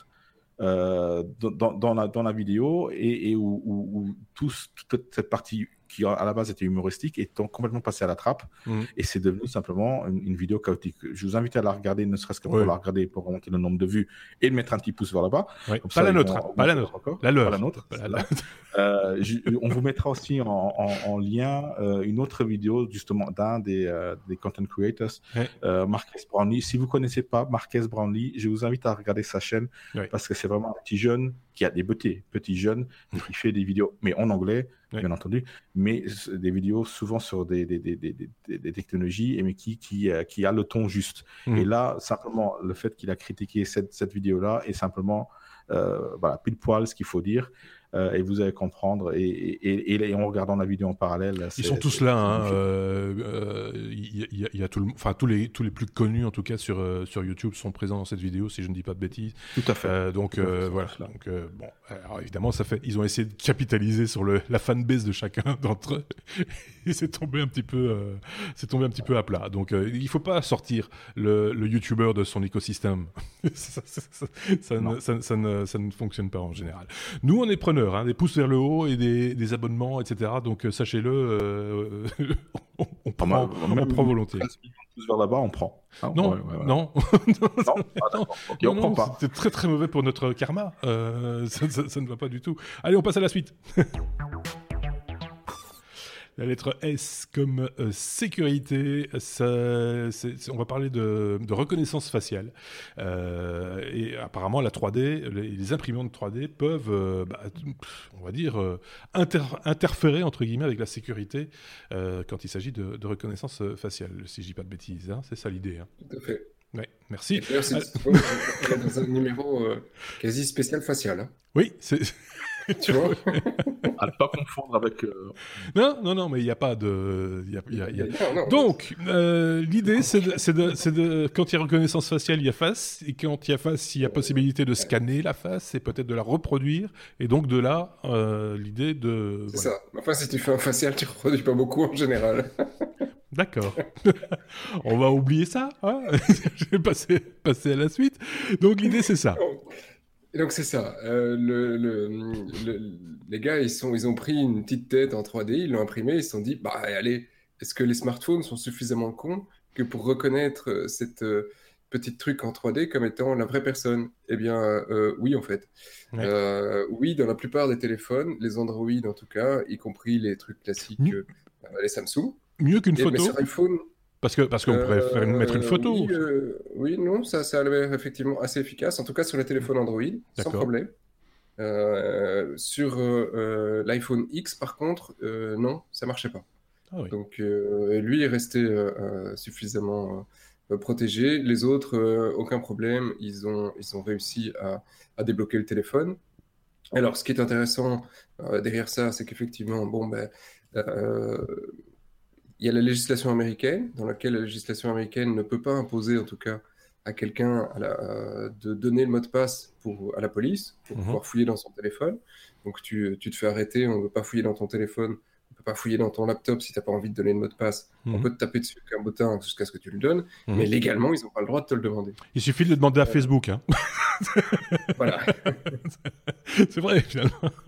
[SPEAKER 2] euh, dans, dans, la, dans la vidéo et, et où, où, où tous, toute cette partie qui à la base était humoristique est complètement passée à la trappe mmh. et c'est devenu simplement une, une vidéo chaotique. Je vous invite à la regarder, ne serait-ce que pour oui. la regarder, pour remonter le nombre de vues et de mettre un petit pouce vers le bas.
[SPEAKER 1] Oui. Pas, ça, la nôtre, vont, pas la nôtre,
[SPEAKER 2] pas
[SPEAKER 1] la
[SPEAKER 2] la nôtre, pas la nôtre. euh, je, on vous mettra aussi en, en, en lien euh, une autre vidéo justement d'un des, euh, des content creators, oui. euh, Marques Brownlee. Si vous connaissez pas Marques Brownlee, je vous invite à regarder sa chaîne oui. parce que c'est vraiment un petit jeune qui a des beautés, petit jeune qui fait des vidéos, mais en anglais, oui. bien entendu, mais des vidéos souvent sur des, des, des, des, des, des technologies, mais qui, qui, qui a le ton juste. Mmh. Et là, simplement, le fait qu'il a critiqué cette, cette vidéo-là est simplement euh, voilà, pile poil ce qu'il faut dire. Euh, et vous allez comprendre. Et, et, et, et en regardant la vidéo en parallèle,
[SPEAKER 1] ils sont tous là. Hein, euh, euh, y, y, y a tout le, enfin tous les tous les plus connus en tout cas sur euh, sur YouTube sont présents dans cette vidéo, si je ne dis pas de bêtises.
[SPEAKER 2] Tout à fait.
[SPEAKER 1] Euh, donc euh, voilà. Donc euh, bon, alors évidemment ça fait, ils ont essayé de capitaliser sur le la fanbase de chacun d'entre eux. Et c'est tombé un petit peu, euh, c'est tombé un petit peu à plat. Donc euh, il faut pas sortir le, le YouTuber de son écosystème. ça, ça, ça, ça, ne, ça, ça, ne, ça ne fonctionne pas en général. Nous on est preneurs. Hein, des pouces vers le haut et des, des abonnements, et cetera. Donc euh, sachez-le, euh, on, on prend, ah, on, on prend volontiers.
[SPEAKER 2] Pouces vers là-bas, on prend.
[SPEAKER 1] Ah, non, ouais, ouais, ouais. non, non, non, ah, okay, on non, prend pas. C'est très très mauvais pour notre karma. Euh, ça, ça, ça ne va pas du tout. Allez, on passe à la suite. La lettre S comme euh, sécurité, ça, c'est, c'est, on va parler de, de reconnaissance faciale. Euh, et apparemment, la trois D, les, les imprimantes trois D peuvent, euh, bah, on va dire, euh, inter, interférer entre guillemets avec la sécurité euh, quand il s'agit de, de reconnaissance faciale. Si je dis pas de bêtises, hein, c'est ça l'idée. Hein.
[SPEAKER 3] Tout à fait.
[SPEAKER 1] Ouais, merci.
[SPEAKER 3] Et d'ailleurs, c'est ah... dans un numéro euh, quasi spécial facial. Hein.
[SPEAKER 1] Oui, c'est.
[SPEAKER 2] Tu vois, à ne pas confondre avec. Euh...
[SPEAKER 1] Non, non, non, mais il n'y a pas de. Y a, y a, y a... Non, non, donc, euh, l'idée, c'est de, c'est, de, c'est de. Quand il y a reconnaissance faciale, il y a face. Et quand il y a face, il y a possibilité de scanner la face et peut-être de la reproduire. Et donc, de là, euh, l'idée de.
[SPEAKER 3] C'est
[SPEAKER 1] voilà.
[SPEAKER 3] ça. Enfin, si tu fais un facial, tu ne reproduis pas beaucoup en général.
[SPEAKER 1] D'accord. On va oublier ça. Hein. Je vais passer, passer à la suite. Donc, l'idée, c'est ça.
[SPEAKER 3] Et donc c'est ça, euh, le, le, le, les gars ils, sont, ils ont pris une petite tête en trois D, ils l'ont imprimée, ils se sont dit, bah allez, est-ce que les smartphones sont suffisamment cons que pour reconnaître cette euh, petite truc en trois D comme étant la vraie personne ? Eh bien euh, oui en fait. Ouais. Euh, oui, dans la plupart des téléphones, les Android en tout cas, y compris les trucs classiques, mmh. euh, les Samsung.
[SPEAKER 1] Mieux qu'une photo.
[SPEAKER 3] Mais sur iPhone...
[SPEAKER 1] Parce, que, parce qu'on pourrait euh, faire, mettre une photo.
[SPEAKER 3] Oui, euh, oui non, ça, ça a l'air effectivement assez efficace, en tout cas sur les téléphones Android, D'accord. sans problème. Euh, sur euh, l'iPhone X, par contre, euh, non, ça ne marchait pas. Ah, oui. Donc euh, lui est resté euh, suffisamment euh, protégé. Les autres, euh, aucun problème, ils ont, ils ont réussi à, à débloquer le téléphone. Alors, ce qui est intéressant euh, derrière ça, c'est qu'effectivement, bon, ben... Euh, il y a la législation américaine, dans laquelle la législation américaine ne peut pas imposer, en tout cas, à quelqu'un à la, euh, de donner le mot de passe pour, à la police pour mmh. pouvoir fouiller dans son téléphone. Donc, tu, tu te fais arrêter, on ne veut pas fouiller dans ton téléphone, on ne peut pas fouiller dans ton laptop si tu n'as pas envie de donner le mot de passe. Mmh. On peut te taper dessus avec un bottin jusqu'à ce que tu le donnes, mmh. mais légalement, ils n'ont pas le droit de te le demander.
[SPEAKER 1] Il suffit de le demander à euh... Facebook. Hein.
[SPEAKER 3] Voilà.
[SPEAKER 1] C'est vrai, finalement.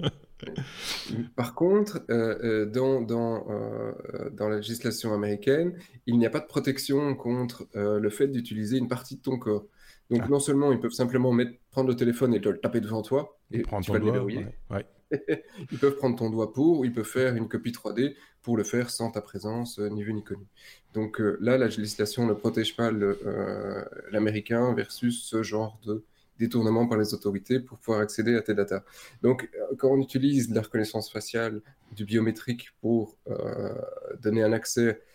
[SPEAKER 3] Par contre, euh, dans, dans, euh, dans la législation américaine, il n'y a pas de protection contre euh, le fait d'utiliser une partie de ton corps. Donc ah. non seulement ils peuvent simplement mettre, prendre le téléphone et te le taper devant toi, et tu vas le déverrouiller.
[SPEAKER 1] Ouais, ouais.
[SPEAKER 3] Ils peuvent prendre ton doigt pour, ou ils peuvent faire une copie trois D pour le faire sans ta présence, euh, ni vu ni connu. Donc euh, là, la législation ne protège pas le, euh, l'américain versus ce genre de détournement par les autorités pour pouvoir accéder à tes datas. Donc, quand on utilise de la reconnaissance faciale, du biométrique pour euh, donner un accès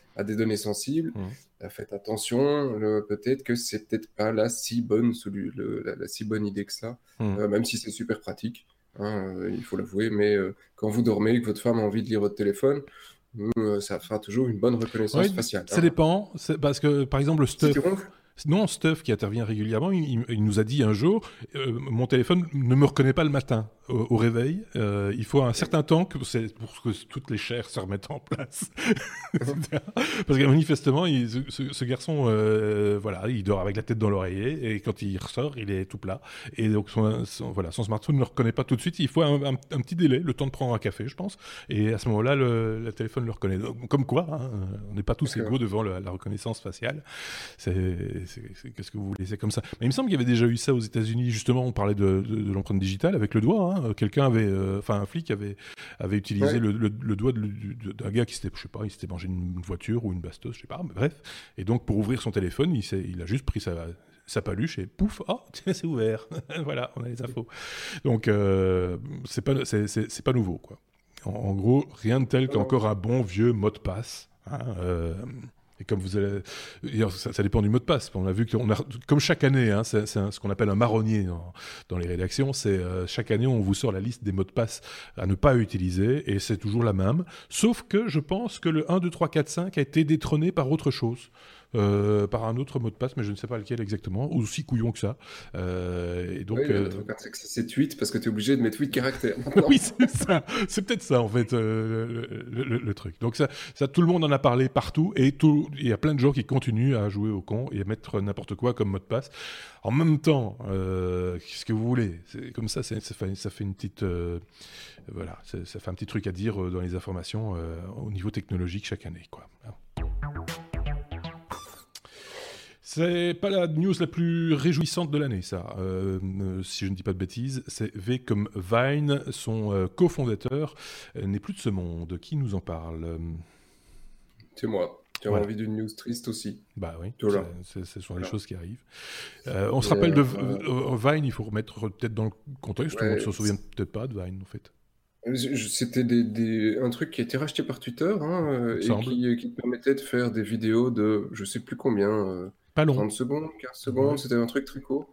[SPEAKER 3] à des données sensibles, mmh. faites attention, le, peut-être que c'est peut-être pas la si bonne, solu- le, la, la si bonne idée que ça, mmh. euh, même si c'est super pratique, hein, euh, il faut l'avouer, mais euh, quand vous dormez et que votre femme a envie de lire votre téléphone, euh, ça fera toujours une bonne reconnaissance
[SPEAKER 1] ouais,
[SPEAKER 3] faciale.
[SPEAKER 1] Ça
[SPEAKER 3] hein.
[SPEAKER 1] dépend, c'est parce que par exemple le stuff...
[SPEAKER 3] Si tu ronfles,
[SPEAKER 1] Non, Stuff, qui intervient régulièrement, il, il nous a dit un jour euh, mon téléphone ne me reconnaît pas le matin au, au réveil. Euh, il faut un certain temps que c'est pour que toutes les chairs se remettent en place. Parce que manifestement, il, ce, ce garçon, euh, voilà, il dort avec la tête dans l'oreiller et quand il ressort, il est tout plat. Et donc, son, son, voilà, son smartphone ne le reconnaît pas tout de suite. Il faut un, un, un petit délai, le temps de prendre un café, je pense. Et à ce moment-là, le, le téléphone le reconnaît. Donc, comme quoi, hein, on n'est pas tous égaux devant le, la reconnaissance faciale. C'est C'est, c'est, qu'est-ce que vous voulez, c'est comme ça. Mais il me semble qu'il y avait déjà eu ça aux États-Unis. Justement, on parlait de, de, de l'empreinte digitale avec le doigt. Hein. Quelqu'un avait, enfin, euh, un flic avait, avait utilisé ouais. le, le, le doigt de, de, d'un gars qui s'était, je sais pas, il s'était mangé une voiture ou une bastos, je sais pas. Mais bref. Et donc, pour ouvrir son téléphone, il, s'est, il a juste pris sa, sa paluche et pouf, oh, tiens, c'est ouvert. Voilà, on a les infos. Donc, euh, c'est pas, c'est, c'est, c'est pas nouveau, quoi. En, en gros, rien de tel qu'encore un bon vieux mot de passe. Hein, euh, Et comme vous allez, ça, ça dépend du mot de passe. On a vu qu'on a, comme chaque année, hein, c'est, c'est un, ce qu'on appelle un marronnier dans, dans les rédactions. C'est euh, chaque année, on vous sort la liste des mots de passe à ne pas utiliser, et c'est toujours la même. Sauf que je pense que le un, deux, trois, quatre, cinq a été détrôné par autre chose. Euh, par un autre mot de passe, mais je ne sais pas lequel exactement, aussi couillon que ça. Euh, et donc,
[SPEAKER 3] oui,
[SPEAKER 1] euh...
[SPEAKER 3] c'est que c'est huit parce que tu es obligé de mettre huit caractères.
[SPEAKER 1] Oui, c'est ça. C'est peut-être ça, en fait, euh, le, le, le truc. Donc, ça, ça, tout le monde en a parlé partout, et il y a plein de gens qui continuent à jouer au con et à mettre n'importe quoi comme mot de passe. En même temps, euh, qu'est-ce que vous voulez ? C'est comme ça, c'est, ça, fait, ça fait une petite... Euh, voilà, ça fait un petit truc à dire dans les informations euh, au niveau technologique chaque année, quoi. C'est pas la news la plus réjouissante de l'année, ça, euh, euh, si je ne dis pas de bêtises. C'est V comme Vine, son euh, cofondateur, euh, n'est plus de ce monde. Qui nous en parle ?
[SPEAKER 3] C'est moi. Tu as voilà. envie d'une news triste aussi.
[SPEAKER 1] Bah oui,
[SPEAKER 3] voilà.
[SPEAKER 1] c'est, c'est, ce sont voilà. les choses qui arrivent. Euh, on se rappelle euh, de euh, Vine, il faut remettre peut-être dans le contexte, ouais, tout le monde ne se souvient peut-être pas de Vine, en fait.
[SPEAKER 3] C'était des, des, un truc qui a été racheté par Twitter hein, et qui, qui permettait de faire des vidéos de je sais plus combien, euh,
[SPEAKER 1] pas long.
[SPEAKER 3] trente secondes, quinze secondes, ouais. C'était un truc très court.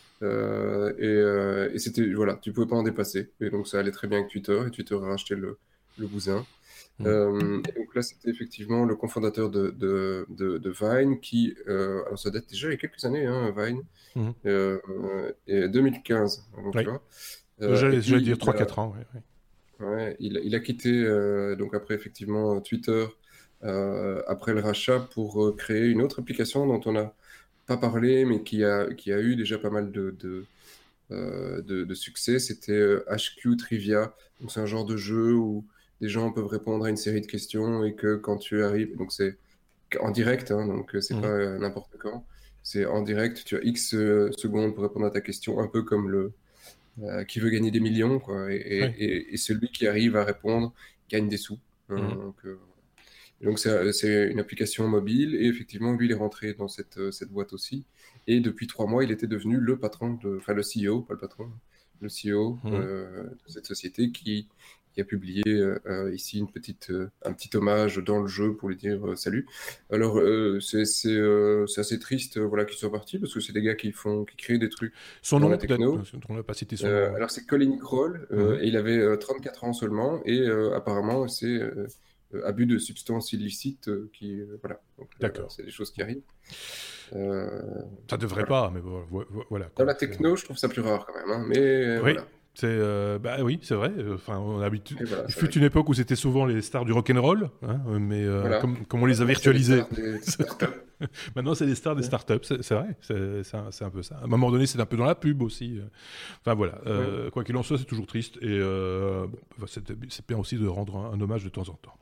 [SPEAKER 3] Euh, et, euh, et c'était, voilà, tu pouvais pas en dépasser. Et donc ça allait très bien avec Twitter et Twitter a racheté le, le bousin. Mmh. Euh, et donc là, c'était effectivement le cofondateur de, de, de, de Vine qui, euh, alors ça date déjà il y a quelques années, hein, Vine, mmh. euh, et deux mille quinze. Donc,
[SPEAKER 1] oui.
[SPEAKER 3] tu vois.
[SPEAKER 1] Euh, j'allais, j'allais dire trois quatre ans, oui. oui.
[SPEAKER 3] Ouais, il, il a quitté, euh, donc après effectivement Twitter, euh, après le rachat pour euh, créer une autre application dont on n'a pas parlé, mais qui a, qui a eu déjà pas mal de, de, euh, de, de succès. C'était euh, H Q Trivia. Donc c'est un genre de jeu où des gens peuvent répondre à une série de questions et que quand tu arrives, donc c'est en direct, hein, donc c'est mmh. pas euh, n'importe quand, c'est en direct, tu as X euh, secondes pour répondre à ta question, un peu comme le Euh, qui veut gagner des millions, quoi, et, ouais. et, et celui qui arrive à répondre gagne des sous. Hein, mmh. Donc, euh, donc c'est, c'est une application mobile, et effectivement, lui, il est rentré dans cette, cette boîte aussi. Et depuis trois mois, il était devenu le patron, de, enfin le C E O, pas le patron, le C E O mmh. euh, de cette société qui, qui a publié euh, ici une petite, euh, un petit hommage dans le jeu pour lui dire euh, salut. Alors, euh, c'est, c'est, euh, c'est assez triste euh, voilà, qu'ils soient partis, parce que c'est des gars qui, font, qui créent des trucs
[SPEAKER 1] son
[SPEAKER 3] dans
[SPEAKER 1] nom,
[SPEAKER 3] la techno.
[SPEAKER 1] On n'a pas cité son
[SPEAKER 3] euh,
[SPEAKER 1] nom.
[SPEAKER 3] Alors, c'est Colin Kroll, euh, mmh. et il avait euh, trente-quatre ans seulement, et euh, apparemment, c'est euh, abus de substances illicites euh, qui... Euh, voilà. Donc,
[SPEAKER 1] D'accord.
[SPEAKER 3] Euh, c'est des choses qui arrivent. Euh,
[SPEAKER 1] ça devrait voilà. pas, mais voilà.
[SPEAKER 3] Dans la techno, je trouve ça plus rare quand même, hein, mais
[SPEAKER 1] oui.
[SPEAKER 3] voilà.
[SPEAKER 1] C'est euh, bah oui, c'est vrai. Enfin, on a habitude.
[SPEAKER 3] Voilà,
[SPEAKER 1] il fut vrai. Une époque où c'était souvent les stars du rock'n'roll, hein, mais euh, voilà. comme, comme on les a virtualisés. Maintenant, c'est les stars des startups. C'est, c'est vrai. C'est, c'est, un, c'est un peu ça. À un moment donné, c'est un peu dans la pub aussi. Enfin voilà. Euh, ouais. Quoi qu'il en soit, c'est toujours triste, et euh, bon, c'est, c'est bien aussi de rendre un, un hommage de temps en temps.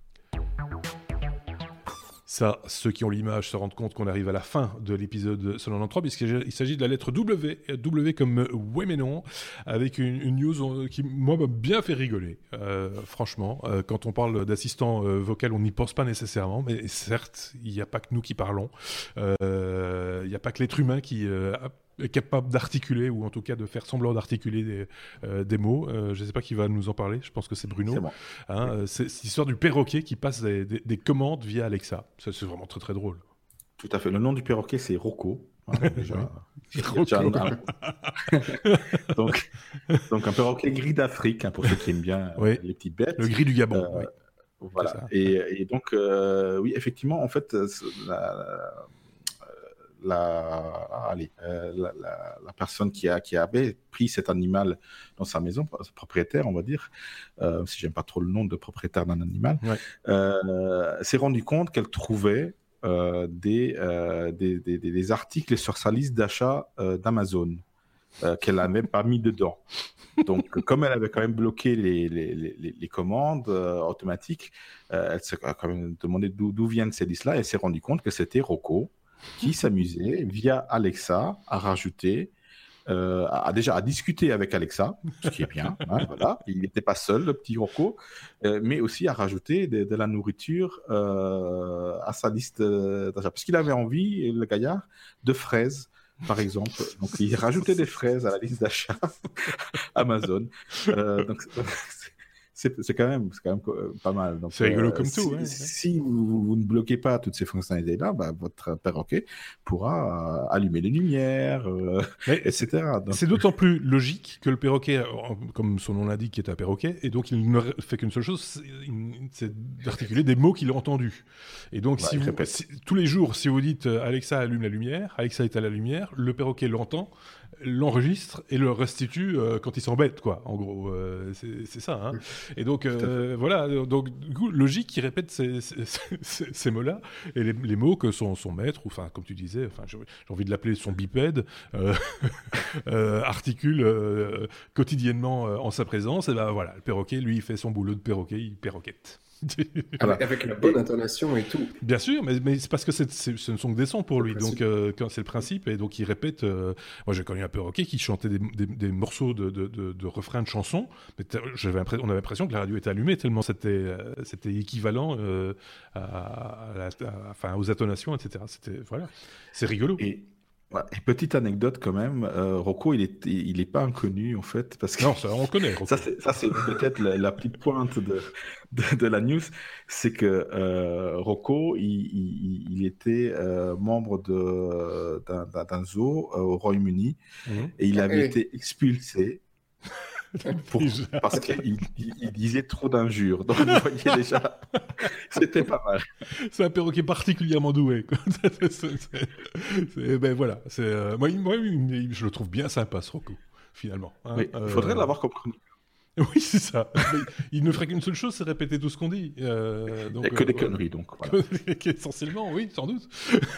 [SPEAKER 1] Ça, ceux qui ont l'image se rendent compte qu'on arrive à la fin de l'épisode cent quatre-vingt-treize, puisqu'il s'agit de la lettre W, W comme ouais mais non, avec une, une news qui, moi, m'a bien fait rigoler, euh, franchement. Euh, quand on parle d'assistant euh, vocal, on n'y pense pas nécessairement, mais certes, il n'y a pas que nous qui parlons. Il euh, n'y a pas que l'être humain qui... Euh, est capable d'articuler, ou en tout cas de faire semblant d'articuler des, euh, des mots. Euh, je ne sais pas qui va nous en parler, je pense que c'est Bruno.
[SPEAKER 2] C'est bon.
[SPEAKER 1] Hein, oui. C'est, c'est l'histoire du perroquet qui passe des, des, des commandes via Alexa. Ça, c'est vraiment très très drôle.
[SPEAKER 2] Tout à fait. Le nom du perroquet, c'est Rocco. Hein, déjà.
[SPEAKER 1] Rocco.
[SPEAKER 2] Un... donc, donc, un perroquet gris d'Afrique, hein, pour ceux qui aiment bien
[SPEAKER 1] oui.
[SPEAKER 2] les petites bêtes.
[SPEAKER 1] Le gris du Gabon,
[SPEAKER 2] euh,
[SPEAKER 1] oui.
[SPEAKER 2] Voilà. Et, et donc, euh, oui, effectivement, en fait, la, la, allez, euh, la, la, la personne qui, a, qui avait pris cet animal dans sa maison, propriétaire, on va dire, euh, si j'aime pas trop le nom de propriétaire d'un animal,
[SPEAKER 1] ouais.
[SPEAKER 2] euh, s'est rendu compte qu'elle trouvait euh, des, euh, des, des, des articles sur sa liste d'achat euh, d'Amazon euh, qu'elle n'avait pas mis dedans. Donc, comme elle avait quand même bloqué les, les, les, les commandes euh, automatiques, euh, elle s'est quand même demandé d'où, d'où viennent ces listes-là et elle s'est rendue compte que c'était Rocco qui s'amusait via Alexa à rajouter, euh, à, déjà à discuter avec Alexa, ce qui est bien, hein, voilà. Il n'était pas seul, le petit Rocco, euh, mais aussi à rajouter de, de la nourriture euh, à sa liste d'achat. Parce qu'il avait envie, le gaillard, de fraises. Par exemple, donc il rajoutait des fraises à la liste d'achat Amazon. Euh, donc c'est, c'est quand même, c'est quand même pas mal. Donc,
[SPEAKER 1] c'est rigolo
[SPEAKER 2] euh,
[SPEAKER 1] comme
[SPEAKER 2] si,
[SPEAKER 1] tout. Ouais.
[SPEAKER 2] Si vous, vous ne bloquez pas toutes ces fonctionnalités-là, bah, votre perroquet pourra euh, allumer les lumières, euh, et cetera. Donc,
[SPEAKER 1] c'est d'autant plus logique que le perroquet, comme son nom l'indique, est un perroquet, et donc il ne fait qu'une seule chose, c'est d'articuler des mots qu'il a entendus. Et donc, bah, si vous, si, tous les jours, si vous dites euh, Alexa allume la lumière, Alexa éteint la lumière, le perroquet l'entend, l'enregistre et le restitue euh, quand il s'embête, quoi. En gros, euh, c'est, c'est ça. Hein. Et donc, euh, voilà. Donc, du coup, logique qu'il répète ces, ces, ces, ces mots-là et les, les mots que son, son maître, ou enfin, comme tu disais, enfin, j'ai, j'ai envie de l'appeler son bipède, euh, euh, articule euh, quotidiennement euh, en sa présence. Et ben voilà, le perroquet, lui, il fait son boulot de perroquet, il perroquette.
[SPEAKER 3] Avec, avec la bonne intonation et tout.
[SPEAKER 1] Bien sûr, mais, mais c'est parce que c'est, c'est, ce ne sont que des sons pour lui, donc euh, quand c'est le principe, et donc il répète. Euh, moi, j'ai connu un perroquet qui chantait des, des, des morceaux de, de, de, de refrains de chansons, mais j'avais on avait l'impression que la radio était allumée tellement c'était, euh, c'était équivalent euh, à, à la, à, enfin, aux intonations, et cetera. C'était, voilà, c'est rigolo.
[SPEAKER 2] Et... Ouais, et petite anecdote quand même, euh, Rocco, il est, il est pas inconnu en fait, parce que
[SPEAKER 1] non, ça on le connaît.
[SPEAKER 2] ça, c'est, ça c'est peut-être la, la petite pointe de, de, de la news, c'est que euh, Rocco, il, il, il était euh, membre de, d'un, d'un zoo euh, au Royaume-Uni, mmh. et il avait hey. été expulsé. Pour, parce qu'il il, il disait trop d'injures. Donc, vous voyez déjà, c'était pas mal.
[SPEAKER 1] C'est un perroquet particulièrement doué. c'est, c'est, c'est, ben voilà. C'est, euh, moi, moi, je le trouve bien sympa, ce Rocco, finalement. Hein.
[SPEAKER 2] Oui, il faudrait euh... l'avoir comme chroniqueur.
[SPEAKER 1] Oui, c'est ça. Mais il ne ferait qu'une seule chose, c'est répéter tout ce qu'on dit. Euh, donc,
[SPEAKER 2] il n'y a que
[SPEAKER 1] euh,
[SPEAKER 2] des conneries, donc. Voilà.
[SPEAKER 1] Essentiellement, oui, sans doute.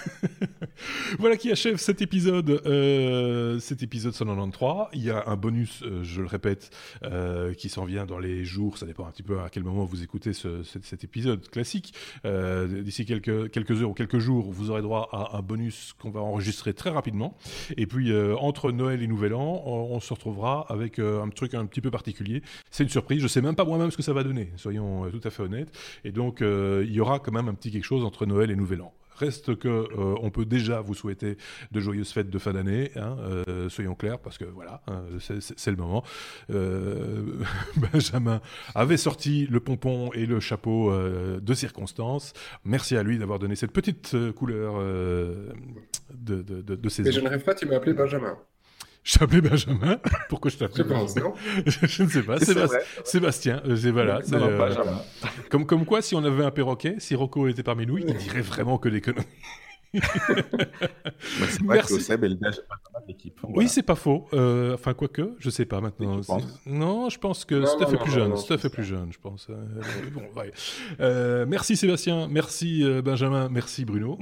[SPEAKER 1] Voilà qui achève cet épisode, euh, cet épisode cent quatre-vingt-treize. Il y a un bonus, euh, je le répète, euh, qui s'en vient dans les jours. Ça dépend un petit peu à quel moment vous écoutez ce, cet, cet épisode classique. Euh, d'ici quelques, quelques heures ou quelques jours, vous aurez droit à un bonus qu'on va enregistrer très rapidement. Et puis, euh, entre Noël et Nouvel An, on, on se retrouvera avec euh, un truc un petit peu particulier. C'est une surprise, je sais même pas moi-même ce que ça va donner, soyons tout à fait honnêtes. Et donc, euh, il y aura quand même un petit quelque chose entre Noël et Nouvel An. Reste que euh, on peut déjà vous souhaiter de joyeuses fêtes de fin d'année, hein, euh, soyons clairs, parce que voilà, hein, c'est, c'est, c'est le moment. Euh, Benjamin avait sorti le pompon et le chapeau euh, de circonstance. Merci à lui d'avoir donné cette petite euh, couleur euh, de, de, de, de saison.
[SPEAKER 3] Mais je ne rêve pas, tu m'as appelé Benjamin.
[SPEAKER 1] Je t'appelais Benjamin. Pourquoi je t'appelais
[SPEAKER 3] Je pense, non
[SPEAKER 1] Je ne sais pas. C'est Sébastien. Sébastien. Euh, c'est, voilà, c'est,
[SPEAKER 2] non,
[SPEAKER 1] euh, comme, comme quoi, si on avait un perroquet, si Rocco était parmi nous, il dirait vraiment que des conneries.
[SPEAKER 2] Bah, c'est vrai que Seb est le Benjamin de l'équipe.
[SPEAKER 1] Voilà. Oui, c'est pas faux. Euh, enfin, quoique, je sais pas maintenant. Non, je pense que Steph est plus jeune. Steph est plus jeune, je pense. Euh, bon, ouais. euh, merci Sébastien, merci euh, Benjamin, merci Bruno.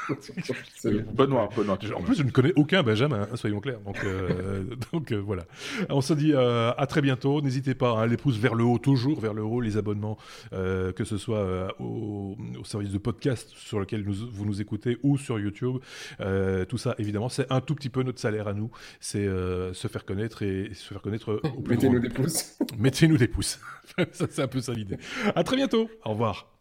[SPEAKER 2] Benoît, Benoît.
[SPEAKER 1] En plus, je ne connais aucun Benjamin, hein, soyons clairs. Donc, euh, donc euh, voilà. On se dit euh, à très bientôt. N'hésitez pas, hein, les pouces vers le haut, toujours vers le haut, les abonnements, euh, que ce soit euh, au, au service de podcast sur lequel nous, vous nous écoutez ou sur YouTube. Euh, tout ça, évidemment, c'est un tout petit peu notre salaire à nous. C'est euh, se faire connaître et se faire connaître au plus
[SPEAKER 3] Mettez-nous
[SPEAKER 1] grand.
[SPEAKER 3] des pouces.
[SPEAKER 1] Mettez-nous des pouces. Ça, c'est un peu ça l'idée. À très bientôt. Au revoir.